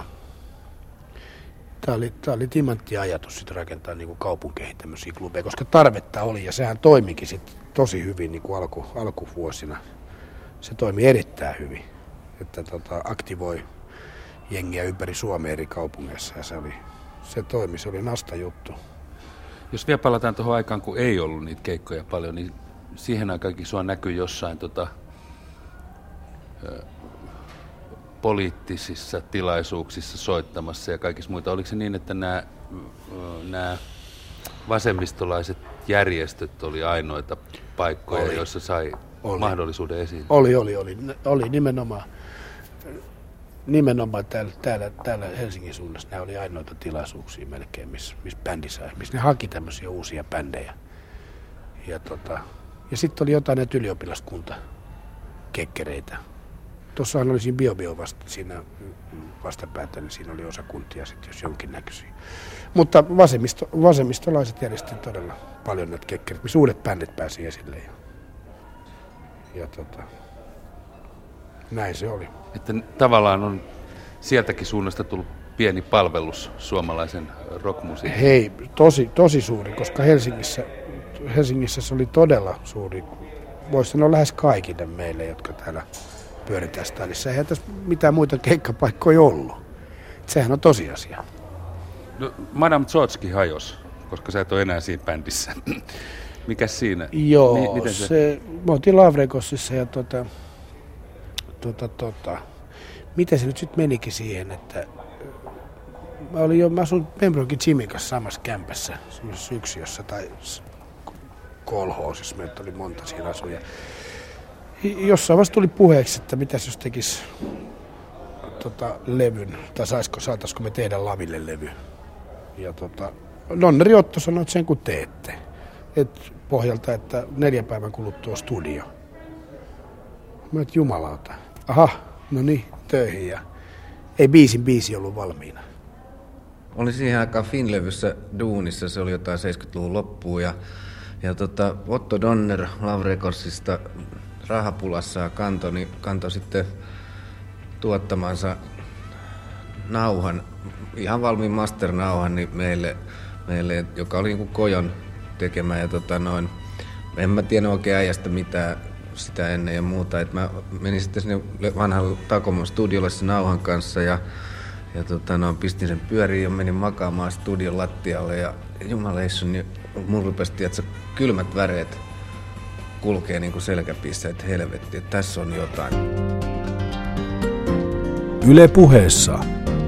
Tämä oli, tämä oli timantti ajatus sit rakentaa niin kuin kaupunkeihin tämmöisiä klubeja, koska tarvetta oli ja sehän toimikin sit tosi hyvin niin kuin alku, alkuvuosina. Se toimi erittäin hyvin, että tota, aktivoi jengiä ympäri Suomea eri kaupungeissa ja se, oli, se toimi, se oli nasta juttu. Jos vielä palataan tuohon aikaan, kun ei ollut niitä keikkoja paljon, niin siihen aikaankin sua näkyy jossain tota, ö, poliittisissa tilaisuuksissa soittamassa ja kaikissa muita. Oliko se niin, että nämä, nämä vasemmistolaiset järjestöt oli ainoita paikkoja, oli. joissa sai oli. mahdollisuuden esiin? Oli, oli, oli. Oli nimenomaan. Nimenomaan täällä, täällä, täällä Helsingin suunnassa nämä oli ainoita tilaisuuksia melkein, missä miss bändi sai, missä ne haki tämmöisiä uusia bändejä. Ja, tota, ja sitten oli jotain näitä ylioppilaskuntakekkereitä. Tuossahan oli siinä BioBio vasta, siinä vastapäätä, niin siinä oli osa kuntia sitten, jos jonkinnäköisiä. Mutta vasemmisto, vasemmistolaiset järjestivät todella paljon näitä kekkereitä, missä uudet bändit pääsi esille. Ja, ja tota, näin se oli. Että tavallaan on sieltäkin suunnasta tullut pieni palvelus suomalaisen rockmusiikin. Hei, tosi, tosi suuri, koska Helsingissä, Helsingissä se oli todella suuri. Voisi sanoa lähes kaikille meille, jotka täällä pyöritään stadissa. Eihän tässä mitään muita keikkapaikkoja ollut. Sehän on tosiasia. No, Madame Zotski hajos, koska sä et ole enää siinä bändissä. Mikäs siinä? Joo, Mi- miten se... se, me oltiin Lavregossissa ja tota, tota, tota, miten se nyt sitten menikin siihen, että mä, olin jo, mä asuin Pembroken Jimin kanssa samassa kämpässä, semmoisessa yksiössä tai kolhoosissa, meitä oli monta siinä asuja. Jossain vasta tuli puheeksi, että mitäs jos tekisi tota, levyn, tai saisiko, saataisiko me tehdä Laville levy. Ja tota, Donneri Otto sanoi, että sen kun teette. Et pohjalta, että neljän päivän kuluttua studio. Mä oon, jumalauta. Aha, no niin, töihin. Ja ei biisin biisi ollut valmiina. Olin siihen aikaan Finlevyssä duunissa, se oli jotain seitsemänkymmentäluvun loppuun. Ja, ja tota, Otto Donner Lavregossista rahapulassa kantoi, niin kantoi sitten tuottamansa nauhan, ihan valmiin master-nauhan niin meille, meille, joka oli niin kuin Kojon tekemä. Ja tota noin, en mä tiedä oikein äijästä mitään sitä ennen ja muuta. Et mä menin sitten sinne vanhan Takomon studiolle sen nauhan kanssa ja, ja tota noin, pistin sen pyöriin ja menin makaamaan studion lattialle. Ja jumaleissu, niin mun rupesi tiedätkö, kylmät väreet kulkee niin kuin selkäpissä, että helvetti, että tässä on jotain. Yle Puheessa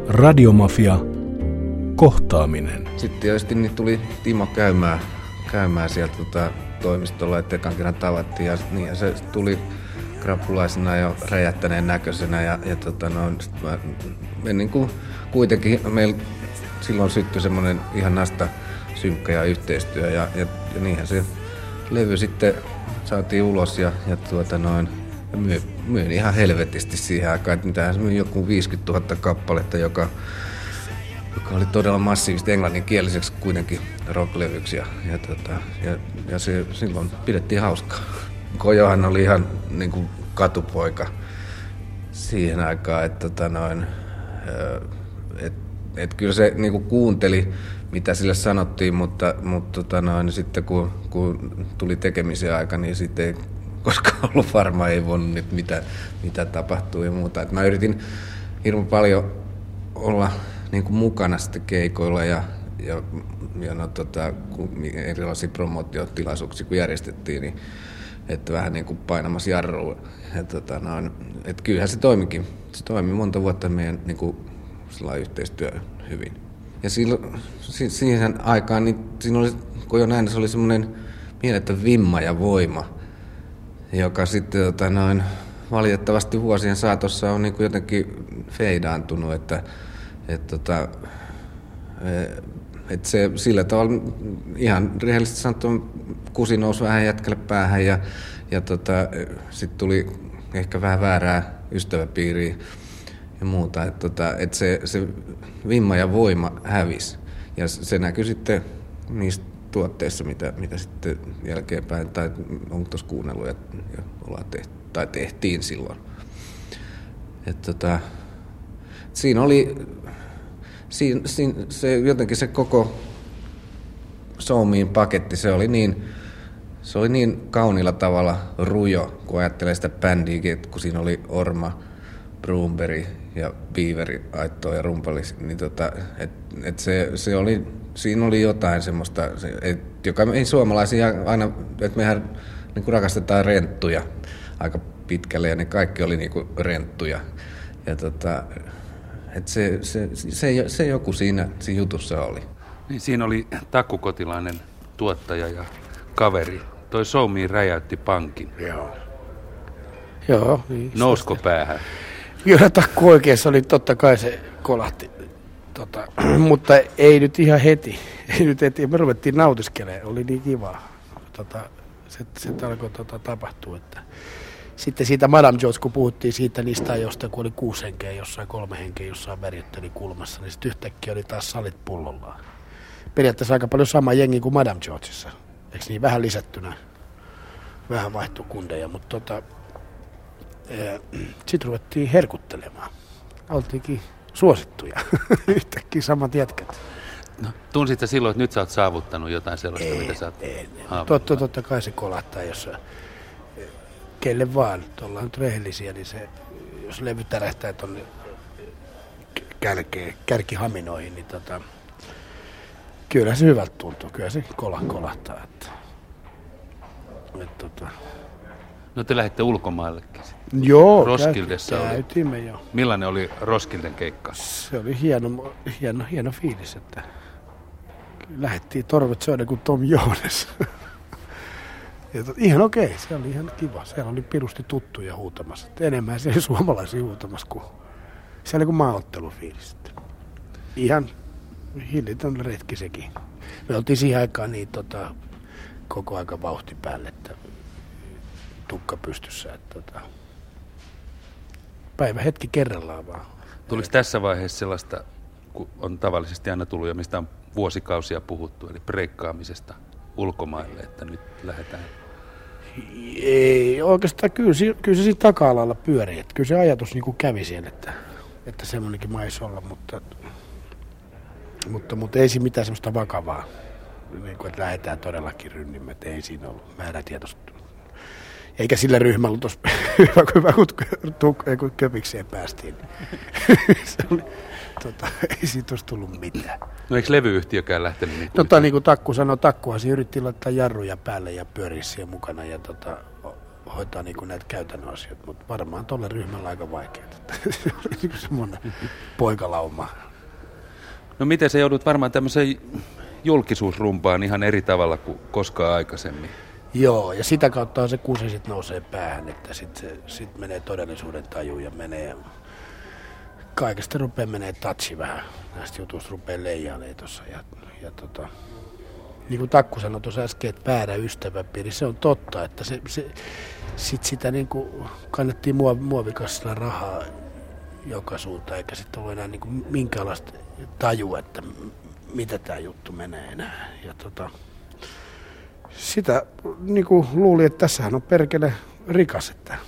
Radiomafia. Kohtaaminen. Sitten tietysti niin tuli Timo käymään, käymään sieltä tota, toimistolla, että ekan kerran tavattiin. Ja, niin, ja se tuli krapulaisena ja räjähtäneen näköisenä. Ja, ja tota, no, mä, me, niin kuin, kuitenkin meillä silloin syttyi semmoinen ihan nasta synkkä ja yhteistyö. Ja, ja, ja niinhän se levy sitten saatiin ulos ja, ja tuota noin, myin, myin ihan helvetisti siihen aikaan, että mitähän se myin joku viisikymmentätuhatta kappaletta, joka, joka oli todella massiivista englanninkieliseksi kuitenkin rocklevyksi ja, ja, tota, ja, ja se silloin pidettiin hauskaa. Kojohan oli ihan niin kuin katupoika siihen aikaan, että tota noin, et, et kyllä se niin kuin kuunteli, mitä sille sanottiin, mutta, mutta tota noin, sitten kun, kun tuli tekemisen aika, niin sitten ei koskaan ollut varma, ei voinut, että mitä, mitä tapahtuu ja muuta. Et mä yritin hirveän paljon olla niin kuin mukana sitten keikoilla ja, ja, ja no, tota, kun erilaisia promootiotilaisuuksia kun järjestettiin, niin että vähän niin kuin painamassa jarrua. Ja, tota, noin, et kyllähän se toimikin. Se toimi monta vuotta meidän niin kuin, yhteistyö hyvin. Ja silloin, si- siihen aikaan, niin siinä oli, kun jo näin, se oli semmoinen mieletön vimma ja voima, joka sitten tota, noin, valitettavasti vuosien saatossa on niin kuin jotenkin feidaantunut, että et, tota, et se sillä tavalla ihan rehellisesti sanottuna kusi nousi vähän jätkälle päähän ja, ja tota, sitten tuli ehkä vähän väärää ystäväpiiriä ja muuta, että tota, et se, se vimma ja voima hävisi ja se näkyy sitten niissä tuotteissa, mitä, mitä sitten jälkeenpäin, tai onko tuossa kuunnellut ja, ja ollaan tehty, tai tehtiin silloin. Et tota, siinä oli, siinä, siinä, se, jotenkin se koko Soulmein paketti, se oli niin, se oli niin kauniilla tavalla rujo, kun ajattelee sitä bändiä, kun siinä oli Orma, Broomberg ja Beaveri aittoo ja rumpali, niin tota, et, et se, se oli, siinä oli jotain semmoista, et, joka ei suomalaisia aina, että mehän niin kuin rakastetaan renttuja aika pitkälle ja ne kaikki oli niin kuin renttuja. Ja tota, et se, se, se, se joku siinä, siinä jutussa oli. Niin, siinä oli Takku Kotilainen tuottaja ja kaveri. Toi Soulmein räjäytti pankin. Joo. Joo. Niin, nousko päähän? Kyllä Takku oikeassa oli, totta kai se kolahti. Tota, mutta ei nyt ihan heti. Ei nyt heti. Me ruvettiin nautiskelemaan. Oli niin kivaa. Tota, se se alkoi tota, tapahtua. Että. Sitten siitä Madame George, kun puhuttiin siitä niistä ajoista, kun oli kuusi henkeä jossain, kolme henkeä jossain Värjöttelin kulmassa, niin sitten yhtäkkiä oli taas salit pullollaan. Periaatteessa aika paljon sama jengi kuin Madame Georgeissa. Eikö niin vähän lisättynä? Vähän vaihtui kundeja, mutta tota, sitten ruvettiin herkuttelemaan. Oltiinkin suosittuja. Yhtäkkiä samat jätkät. No, tunsit sä silloin, että nyt sä oot saavuttanut jotain sellaista, ei, mitä sä oot haavannut? Totta, totta kai se kolahtaa, jos kelle vaan, ollaan nyt rehellisiä, niin se, jos levy tärähtää tuonne kärkihaminoihin, niin tota, kyllä se hyvältä tuntuu. Kyllä se kola, kolahtaa. Että, et, tota. No te lähditte ulkomaillekin. Joo, Roskildessa käy, käytimme jo. Millainen oli Roskilden keikka? Se oli hieno, hieno, hieno fiilis, että lähdettiin torvet soida kuin Tom Jones. Ja tot, ihan okei, okay, se oli ihan kiva. Siellä oli pirusti tuttuja huutamassa. Enemmän siellä oli suomalaisia huutamassa kuin, siellä oli kuin maaottelufiilis. Ihan hillitön retki sekin. Me oltiin siihen aikaan niin tota, koko aika vauhti päälle, että tukka pystyssä. Että, tota, päivä hetki kerrallaan vaan. Tuliko tässä vaiheessa sellaista, kun on tavallisesti aina tullut ja mistä on vuosikausia puhuttu, eli breikkaamisesta ulkomaille, että nyt lähdetään? Ei, oikeastaan kyllä, kyllä se siinä taka-alalla pyörii. Että kyllä se ajatus niin kuin kävi siellä, että, että semmoinenkin maisi olla, mutta, mutta, mutta ei siinä mitään semmoista vakavaa, niin kuin, että lähdetään todellakin rynnimme, että ei siinä ollut määrätietoista. Eikä sillä ryhmällä ollut tuossa hyvä, kun köpikseen päästiin. Se oli, tota, ei siitä olisi tullut mitään. No eikö levyyhtiökään lähtenyt? Niin tota, niin kuin Takku sanoi, Takkuhan se yritti laittaa jarruja päälle ja pyöriä siellä mukana. Ja tota, hoitaa niin kuin näitä käytännön asioita, mutta varmaan tuolle ryhmällä aika vaikeaa. Se oli semmoinen poikalauma. No miten sä joudut varmaan tämmöiseen julkisuusrumpaan ihan eri tavalla kuin koskaan aikaisemmin? Joo, ja sitä kautta se kusi sitten nousee päähän, että sitten sit menee todellisuuden taju ja menee, kaikesta rupeaa menee touchi vähän, näistä jutuista rupeaa leijailemaan tuossa. Ja, ja tota, niin kuin Takku sanoi tuossa äsken, että väärä ystäväpiiri, se on totta, että se, se, sit sitä niin kuin kannettiin muovikassilla rahaa joka suuntaan, eikä sitten ollut enää niin kuin minkäänlaista tajua, että mitä tämä juttu menee enää. Ja tota, sitä niin kuin luuli, että tässähän on perkele rikas. Että.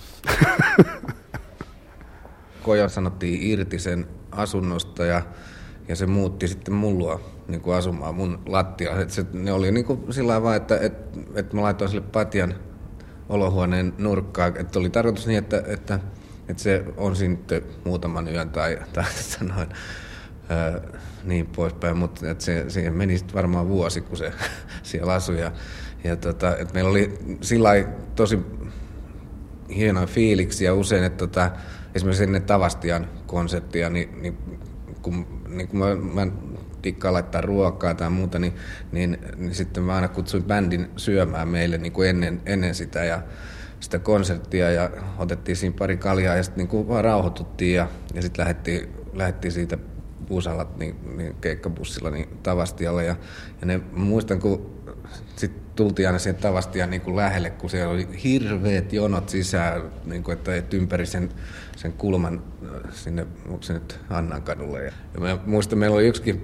Koja sanottiin irti sen asunnosta ja, ja se muutti sitten mullua niin kuin asumaan mun lattialle. Se, ne oli niin kuin sillä lailla vaan, että et, et mä laitoin sille patjan olohuoneen nurkkaan. Että oli tarkoitus niin, että, että, että se on siinä muutaman yön tai, tai sanoin. Öö, niin poispäin, mutta et se, siihen meni sitten varmaan vuosi, kun se siellä asui. Ja, ja tota, et meillä oli sillä tosi hienoja fiiliksiä usein, että tota, esimerkiksi ennen Tavastian konserttia, niin, niin kun, niin kun mä, mä dikkaan laittaa ruokaa tai muuta, niin, niin, niin sitten mä aina kutsuin bändin syömään meille niin kuin ennen, ennen sitä ja sitä konserttia ja otettiin siinä pari kaljaa ja sitten niin vaan rauhoituttiin ja, ja sitten lähdettiin, lähdettiin siitä busalla, niin, niin keikkabussilla niin Tavastialle ja, ja ne, muistan, kun sitten tultiin aina siihen Tavastiaan niin kuin lähelle, kun siellä oli hirveät jonot sisään, niin kuin, että et ympäri sen, sen kulman sinne, onko se nyt Annankadulle. Ja, ja mä muistan, meillä oli yksikin,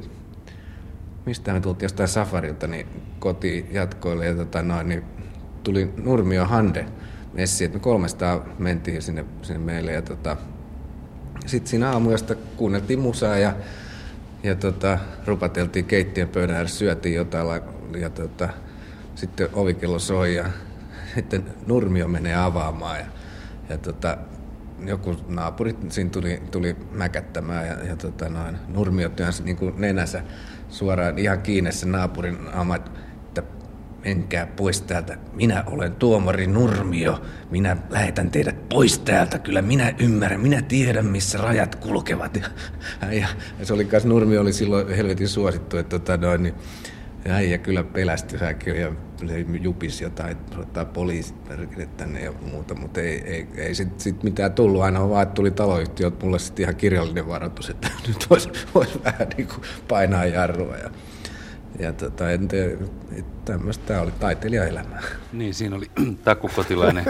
mistä me tultiin jostain safarilta, niin kotiin jatkoille ja tota, noin, niin tuli Nurmio Hande messi, että me kolmestaan mentiin sinne, sinne meille ja tota, sitten siinä aamuyöstä kuunneltiin musaa ja, ja tota, rupateltiin keittiön pöydän ääressä, syötiin jotain ja tota, sitten ovikello soi ja sitten Nurmio menee avaamaan ja, ja tota, joku naapuri siinä tuli, tuli mäkättämään ja, ja tota, noin, Nurmio työnsi niin kuin nenänsä suoraan ihan kiinni sen naapurin aama, että menkää pois täältä. Minä olen tuomari Nurmio. Minä lähetän teidät pois täältä. Kyllä minä ymmärrän. Minä tiedän, missä rajat kulkevat. Ja, ja, ja se oli kas Nurmio oli silloin helvetin suosittu, että tota noin, niin äijä kyllä pelästyi hänkin ja jupisi jotain, ottaa poliisit tänne ja muuta, mutta ei, ei, ei sitten sit mitään tullut. Aina vaan, että tuli taloyhtiöt mulle sitten ihan kirjallinen varoitus, että nyt voisi vois vähän niin kuin painaa jarrua. Ja, ja tota, en tiedä, tämmöistä tämä oli taiteilijaelämää. Niin, siinä oli Takku Kotilainen.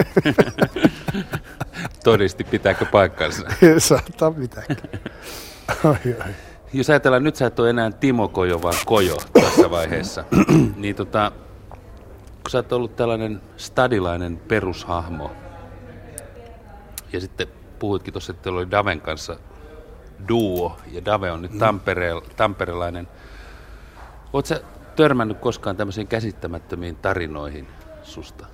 Todisti, pitääkö paikkansa? Saattaa pitääkin. Ai, ai. Jos ajatellaan, nyt sä et ole enää Timo Kojo, vaan Kojo tässä vaiheessa, niin tota, kun sä oot ollut tällainen stadilainen perushahmo, ja sitten puhuitkin tuossa, että teillä oli Daven kanssa duo, ja Dave on nyt Tampere- tamperelainen. Oot sä törmännyt koskaan tämmöisiin käsittämättömiin tarinoihin susta?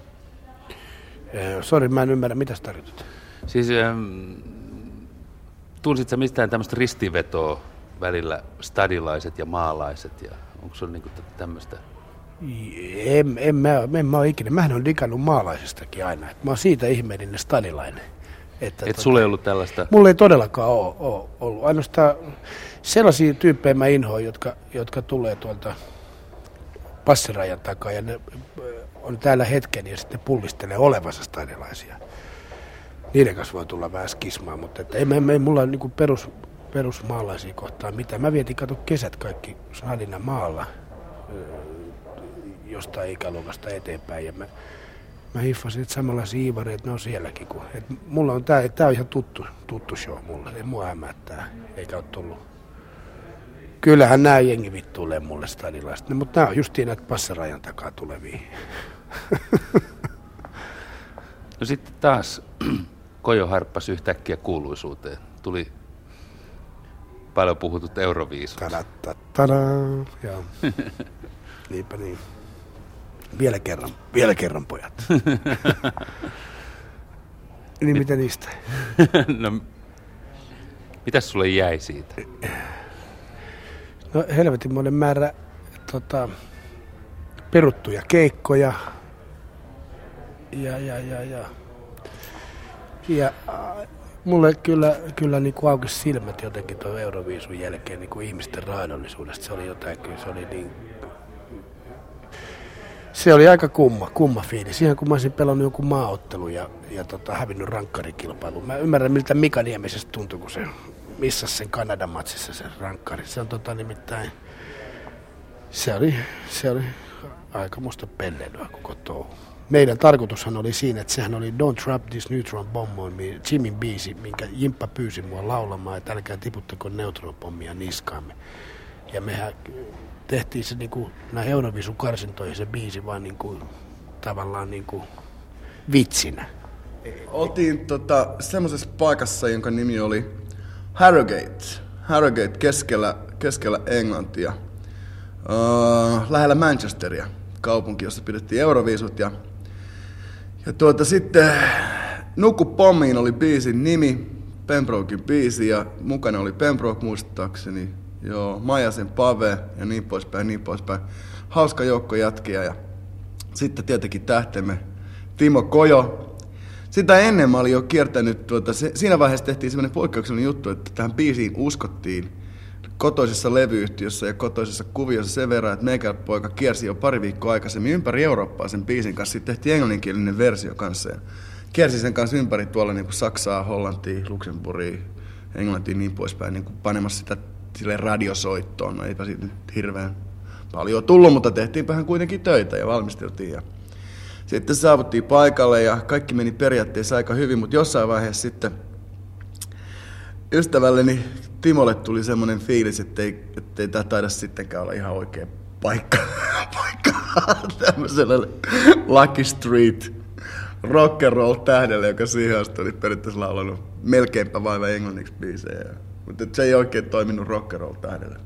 Sori, mä en ymmärrä, mitä sä tarkoitat. Siis ähm, tunsit sä mistään tämmöistä ristivetoa välillä stadilaiset ja maalaiset, ja onko se niinku tämmöistä? En, en, mä, en mä ole ikinä. Mähän olen digannut maalaisestakin aina. Mä oon siitä ihmeellinen stadilainen. Että Et tota, sulla ei ollut tällaista? Mulla ei todellakaan ole, ole ollut. Ainoastaan sellaisia tyyppejä mä inhoan, jotka, jotka tulee tuolta passirajan takaa ja ne on täällä hetken ja sitten pullistelee olevansa stadilaisia. Niiden kanssa voi tulla vähän skismaa, mutta että ei, ei, ei mulla ole niin perus, perusmaalaisia kohtaan mitään. Mä vietin kato kesät kaikki Stadina maalla jostain ikäluokasta eteenpäin ja mä, mä hiffasin, että samalla siivareet ne on sielläkin. Kun, et mulla on tää, tää on ihan tuttu, tuttu show mulle, ei mua hämättää, eikä ole tullut. Kyllähän nää jengi vittuilee mulle stadilaiset, mutta nää on justiin näitä passarajan takaa tulevia. No sitten taas Kojo harppasi yhtäkkiä kuuluisuuteen. Tuli paljon puhutut Euroviisut. Tadaa, joo. Niinpä niin. Vielä kerran, vielä kerran pojat. Niin mitä niistä? No, mitäs sulle jäi siitä? No helvetinmoinen määrä tota, peruttuja keikkoja. ja, ja, ja, ja. ja äh, mulle kyllä, kyllä niin kuin aukesi silmät jotenkin tuon Euroviisun jälkeen niin kuin ihmisten raadollisuudesta. Se oli jotain, kyllä se oli niin... Se oli aika kumma, kumma fiilis. Ihan kun mä olisin pelannut jonkun maaottelun ja, ja tota, hävinnyt rankkarikilpailun. Mä ymmärrän, miltä Mika Niemisestä tuntui, kun se missasi sen Kanadan matsissa sen rankkari. Se on tota nimittäin... Se oli, se oli aika musta pelleilyä koko touhu. Meidän tarkoitushan oli siinä, että sehän oli Don't Trap This Neutron Bomb on Me, Jimin biisi, minkä Jimppa pyysi mua laulamaan, että älkää tiputtako neutronpommia niskaamme. Ja mehän tehtiin se niinku, näin Euroviisun karsintoihin se biisi vaan niinku, tavallaan niinku vitsinä. Oltiin tota, semmoisessa paikassa, jonka nimi oli Harrogate. Harrogate keskellä, keskellä Englantia. Uh, lähellä Manchesteria, kaupunki, jossa pidettiin Euroviisut. Ja, ja tuota, sitten Nuku pommiin oli biisin nimi, Pembroken biisi, ja mukana oli Pembroke muistaakseni, joo, Maijasen Pave ja niin poispäin, niin poispäin. Hauska joukko jätkiä ja sitten tietenkin tähtemme Timo Kojo. Sitä ennen mä olin jo kiertänyt, tuota, se, siinä vaiheessa tehtiin semmoinen poikkeuksellinen juttu, että tähän biisiin uskottiin kotoisessa levyyhtiössä ja kotoisessa kuviossa sen verran, että meikä poika kiersi jo pari viikkoa aikaisemmin ympäri Eurooppaa sen biisin kanssa. Sitten tehtiin englanninkielinen versio kanssa ja kiersi sen kanssa ympäri tuolla niin kuin Saksaa, Hollantia, Luxemburgia, Englantia niin poispäin, niin kuin panemassa sitä sille radiosoittoon. No eipä siitä nyt hirveän paljon tullut, mutta tehtiinpähän kuitenkin töitä ja valmisteltiin. Ja sitten saavuttiin paikalle ja kaikki meni periaatteessa aika hyvin, mutta jossain vaiheessa sitten ystävälleni Timolle tuli semmoinen fiilis, ettei, ettei tämä taida sittenkään olla ihan oikea paikka, paikka tämmöiselle Lucky Street rock'n'roll tähdelle, joka siihen asti oli periaatteessa laulanut melkeinpä vain englanniksi biisejä. Mutta se ei oikein toiminut rock'n'roll tähdelle.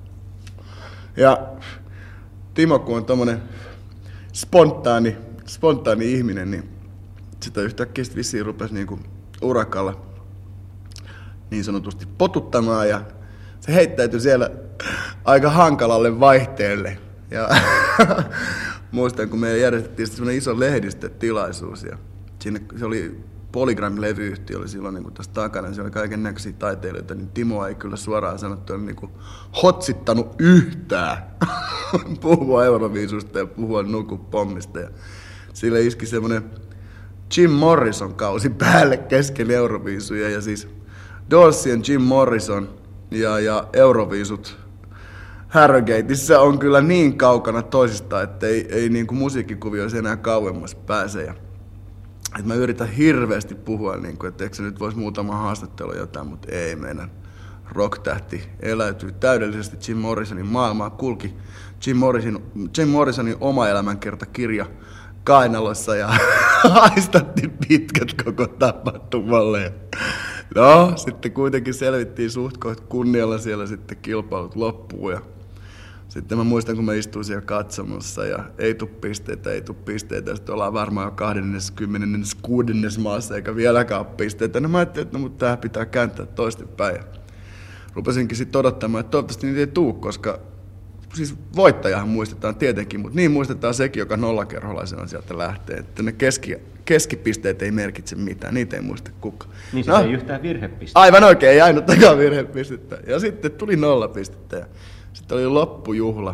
Ja Timo, kun on tommonen spontaani, spontaani ihminen, niin sitä yhtäkkiä vissiin rupesi niinku urakalla niin sanotusti potuttamaan ja se heittäytyi siellä aika hankalalle vaihteelle. Ja muistan, kun me järjestettiin semmoinen iso lehdistötilaisuus ja siinä se oli Polygram-levyyhtiö oli silloin niin kuin tässä takana, siellä oli kaiken näköisiä taiteilijoita, niin Timo ei kyllä suoraan sanottu niin kuin hotsittanut yhtään puhua Euroviisusta ja puhua Nuku-pommista. Ja sille iski semmoinen Jim Morrison-kausi päälle kesken Euroviisuja ja siis Dorsien Jim Morrison ja, ja Euroviisut Harrogateissa on kyllä niin kaukana toisistaan, että ei, ei niin kuin musiikkikuvioissa enää kauemmas pääse. Ja, että mä yritän hirveästi puhua, niin kuin, että eikö se nyt voisi muutama haastattelu jotain, mutta ei meidän rock-tähti eläytyi täydellisesti Jim Morrisonin maailmaa. Kulki Jim, Morrison, Jim Morrisonin oma elämänkertakirja kainalossa ja haistatti pitkät koko tapahtumalle. No, sitten kuitenkin selvittiin suht koht kunnialla siellä sitten kilpailut loppuun ja sitten mä muistan, kun mä istuin siellä katsomassa ja ei tuu pisteitä, ei tuu pisteitä ja sitten ollaan varmaan jo kaksikymmentäkuusi maassa eikä vieläkään ole pisteitä. No mä ajattelin, että no, mutta tää pitää kääntää toistenpäin ja rupesinkin sitten odottamaan, että toivottavasti niitä ei tuu, koska siis voittajahan muistetaan tietenkin, mutta niin muistetaan sekin, joka nollakerholaisena sieltä lähtee. Että ne keski, keskipisteet ei merkitse mitään, niitä ei muista kukaan. Niin se no, ei yhtään virhepistettä. Aivan oikein, ei ainuttakaan virhepistettä. Ja sitten tuli nollapistettä ja sitten oli loppujuhla.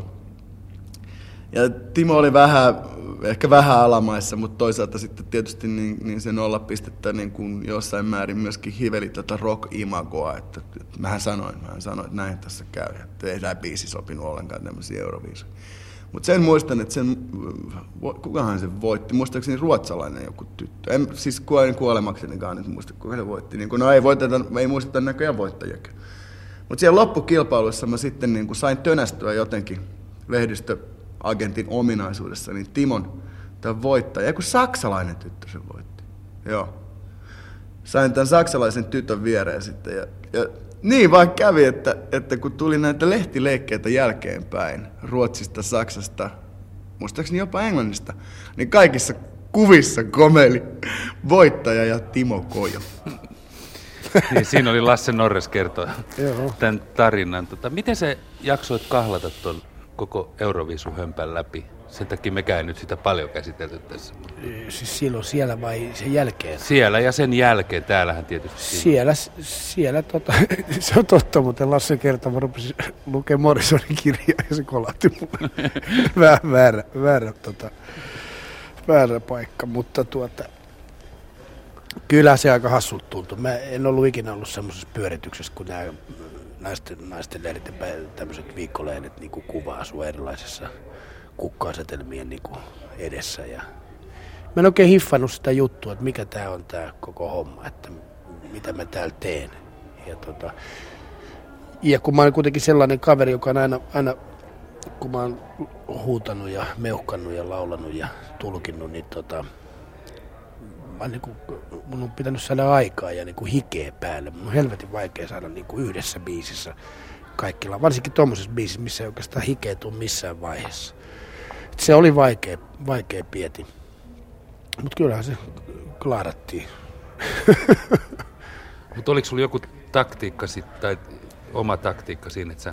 Ja Timo oli vähän, ehkä vähän alamaissa, mutta toisaalta sitten tietysti niin, niin se nollapistettä niin kuin jossain määrin myöskin hiveli tätä rock-imagoa. Että, että mähän sanoin, mähän sanoin, että näin tässä käy. Että ei tämä biisi sopinut ollenkaan tämmöisiä Euroviisuja. Mutta sen muistan, että sen, kukahan se voitti, muistaakseni ruotsalainen joku tyttö. En siis kuolemaksenikaan nyt muista, kuka se voitti. Niin kun, no ei, voiteta, ei muisteta näköjään voittajakin. Mutta siellä loppukilpailussa mä sitten niin kun sain tönästyä jotenkin lehdistöagentin ominaisuudessa, niin Timon tämän voittaja, kun saksalainen tyttö se voitti. Joo. Sain tämän saksalaisen tytön viereen sitten ja, ja niin vaan kävi, että, että kun tuli näitä lehtileikkeitä jälkeenpäin, Ruotsista, Saksasta, muistaakseni jopa Englannista, niin kaikissa kuvissa komeli voittaja ja Timo Kojo. Niin, siinä oli Lasse Norres kertoa tämän tarinan. Tota, miten sä jaksoit kahlata tuon koko Euroviisuhömpän läpi? Sen takia mekään ei nyt sitä paljon käsitelty tässä. Siis silloin siellä vai sen jälkeen? Siellä ja sen jälkeen, täällähän tietysti. Siellä, siellä tota, se on totta, mutta Lasse kerta, mä rupesin lukemaan Morrisonin kirjaa ja se kolahti mulle. väärä, väärä, väärä, tota, väärä paikka, mutta tuota, kyllä se aika hassulta tuntui. Mä en ollut ikinä ollut semmoisessa pyörityksessä, kun nämä naisten, naisten lehdet ja tämmöiset viikkolehdet niin kuvaa sua erilaisissa kukka-asetelmien niin edessä. Ja mä en oikein hiffannut sitä juttua, että mikä tää on tää koko homma, että mitä mä täällä teen. Ja, tota, ja kun mä olen kuitenkin sellainen kaveri, joka on aina, aina kun mä oon huutanut ja meuhkannut ja laulanut ja tulkinnut, niin tota, mä niin kuin, mun on pitänyt saada aikaa ja niin kuin hikeä päälle. Mun on helvetin vaikea saada niin kuin yhdessä biisissä kaikilla, varsinkin tommosessa biisissä, missä ei oikeastaan hikeä tule missään vaiheessa. Et se oli vaikea, vaikea pieti, mutta kyllähän se klaarattiin. Mutta oliko sulla joku taktiikka sit, tai oma taktiikka siinä, että sä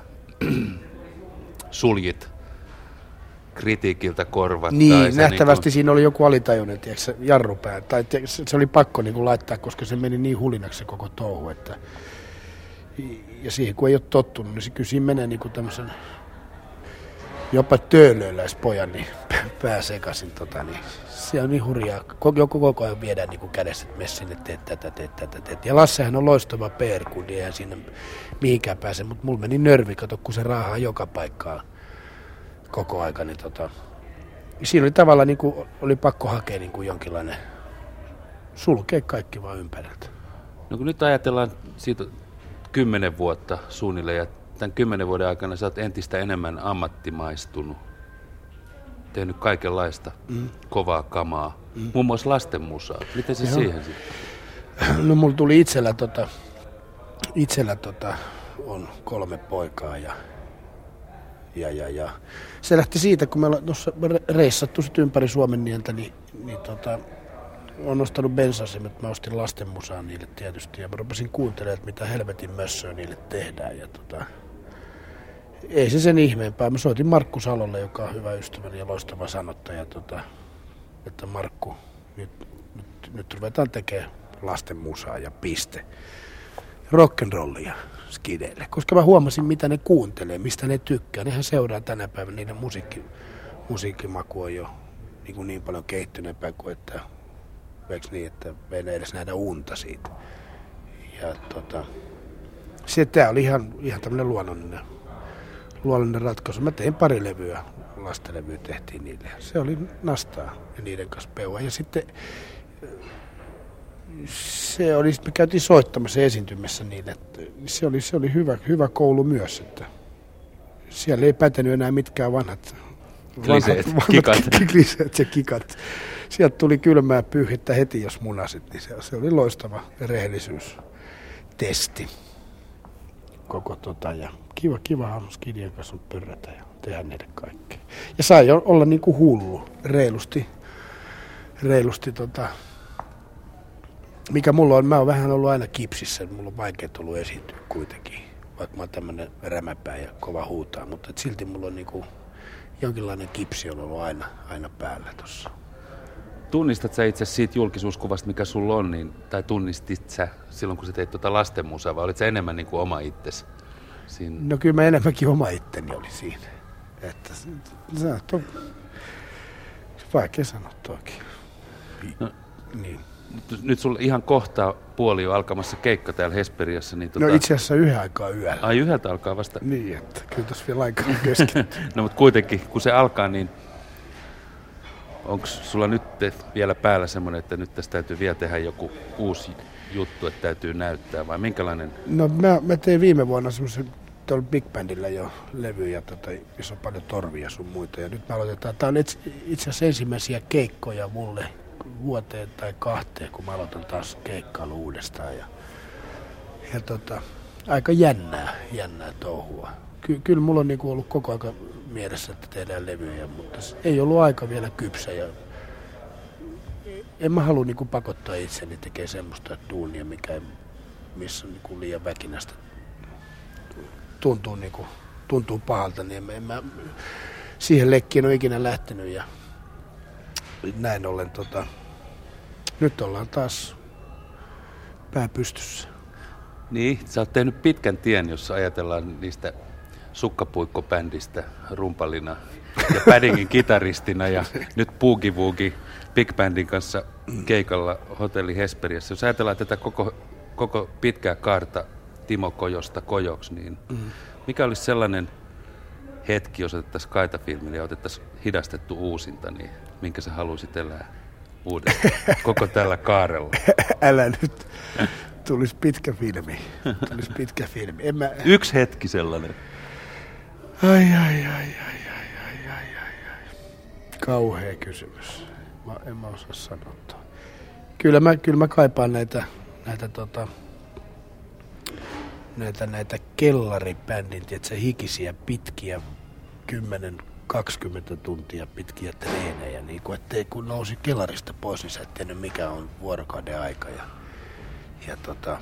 suljit kritiikiltä korvat? Niin, tai nähtävästi niinku siinä oli joku alitajuinen, tiedätkö, jarrupää. Tai se, se oli pakko niin kuin laittaa, koska se meni niin hulinaksi se koko touhu. Että, ja siihen kun ei ole tottunut, niin se kyllä siinä menee niin kuin tämmöisen jopa töölöläispojan niin pää sekaisin. Tota, niin se on niin hurjaa. Joku koko ajan viedään niin kuin kädessä, että mene sinne, teet tätä, teet tätä, teet. Ja Lassehan on loistava P R-kundi, eihän siinä mihinkään pääse. Mutta mulla meni nörvi, kato, kun se raahaa joka paikkaan koko aika. Niin tota, siinä oli tavallaan niin kuin, oli pakko hakea niin kuin jonkinlainen, sulkea kaikki vaan ympäriltä. No kun nyt ajatellaan siitä kymmenen vuotta suunnilleen, ja tämän kymmenen vuoden aikana sä oot entistä enemmän ammattimaistunut, tehnyt kaikenlaista mm. kovaa kamaa, mm. muun muassa lastenmusaa. Miten se Joo. siihen sitten? No mulla tuli itsellä, tota, itsellä tota, on kolme poikaa ja, ja, ja, ja se lähti siitä, kun me ollaan tuossa reissattu sit ympäri Suomen nieltä, niin, niin tota, olen ostanut bensasimet, mä ostin lastenmusaa niille tietysti ja mä rupesin kuuntelemaan, että mitä helvetin mössöä niille tehdään. Ja tota, ei se sen ihmeempää. Mä soitin Markku Salolle, joka on hyvä ystäväni ja loistava sanottaja, tota, että Markku, nyt, nyt, nyt ruvetaan tekemään lastenmusaa ja piste. Rock'n'rollia skideille, koska mä huomasin, mitä ne kuuntelee, mistä ne tykkää. Nehän seuraa tänä päivänä, niiden musiikki, musiikkimaku on jo niin, kuin niin paljon kehittyneempää kuin että eikö niin, että me ei edes nähdä unta siitä. Ja tota, se tää oli ihan, ihan tämmönen luonnollinen, luonnollinen ratkaisu. Mä tein pari levyä, lastenlevyä tehtiin niille. Se oli nastaa ja niiden kanssa peua. Ja sitten se oli, me käytiin soittamassa esiintymässä niille. Se oli, se oli hyvä, hyvä koulu myös, että siellä ei pätenyt enää mitkään vanhat kliseet, kikat. kliseet ja kikat. Sieltä tuli kylmää pyyhettä heti, jos munasit, niin se, se oli loistava rehellisyystesti. Koko tota, ja kiva, kiva on skidien kanssa pörrätä ja tehdä niille kaikkea. Ja sai olla niinku hullu, reilusti, reilusti tota, mikä mulla on, mä oon vähän ollut aina kipsissä, mulla on vaikea ollut esiintyä kuitenkin, vaikka mä oon tämmönen rämäpää ja kova huutaa, mutta et silti mulla on niinku jonkinlainen kipsi on ollut aina, aina päällä tossa. Tunnistat sä itse siitä julkisuuskuvasta, mikä sulla on, niin, tai tunnistit sä silloin, kun sä teit tuota lastenmusaa, vai olit sä enemmän niin kuin oma itsesi siinä? No kyllä mä enemmänkin oma itteni oli siinä. Että se on vaikea sanoa toki. No, niin. Nyt, nyt sulla ihan kohta puoli on alkamassa keikka täällä Hesperiassa. Niin tota... No itse asiassa yhden aikaa yöllä. Ai yhdeltä alkaa vasta? Niin, että kyllä tässä vielä aikaa on keskitty. No mutta kuitenkin, kun se alkaa, niin onko sulla nyt vielä päällä semmoinen, että nyt tässä täytyy vielä tehdä joku uusi juttu, että täytyy näyttää, vai minkälainen? No mä, mä tein viime vuonna semmoisen tuolla Big Bandilla jo levyjä, tota, missä on paljon torvia sun muita, ja nyt me aloitetaan. Tää on itse asiassa ensimmäisiä keikkoja mulle vuoteen tai kahteen, kun mä aloitan taas keikkailu uudestaan, ja, ja tota, aika jännää, jännää touhua. Ky- kyllä mulla on niinku ollut koko ajan mielessä, että tehdään levyjä, mutta ei ollut aika vielä kypsä. Ja en mä halua niinku pakottaa itseni tekemään semmoista duunia, mikä, missä on niinku liian väkinäistä. Tuntuu, niinku, tuntuu pahalta, niin en mä, siihen lekkiin ole ikinä lähtenyt ja näin ollen tota, nyt ollaan taas pää pystyssä. Niin, sä oot tehnyt pitkän tien, jos ajatellaan niistä Sukkapuikko-bändistä rumpalina ja Paddingin kitaristina ja nyt Boogie Woogie Big Bandin kanssa keikalla Hotelli Hesperiassa. Jos ajatellaan tätä koko, koko pitkää kaarta Timo Kojosta Kojoksi, niin mm. mikä olisi sellainen hetki, jos otettaisiin Kaita-filmille ja otettaisiin hidastettu uusinta, niin minkä sä haluaisit elää uudestaan koko tällä kaarella? Älä nyt. Tulisi pitkä filmi. Tulisi pitkä filmi. En mä... Yksi hetki sellainen. Ai, ai, ai, ai, ai, ai, ai, ai, ai. Kauhea kysymys. Mä, en mä osaa sanoa tuo. Kyllä mä, kyllä mä kaipaan näitä, näitä, tota, näitä, näitä kellaribändin, tiedätkö, hikisiä, pitkiä, kymmenen kaksikymmentä tuntia pitkiä treenejä. Niin kun, ettei kun nousi kellarista pois, niin sä et tiennyt mikä on vuorokauden aika. Ja, ja tota,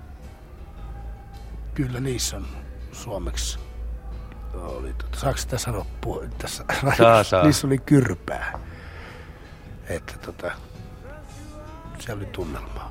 kyllä niissä on suomeksi. Oli, tota, saako sitä sanoa puh- tässä? Saa, saa. Niissä oli kyrpää. Että tota, se oli tunnelmaa.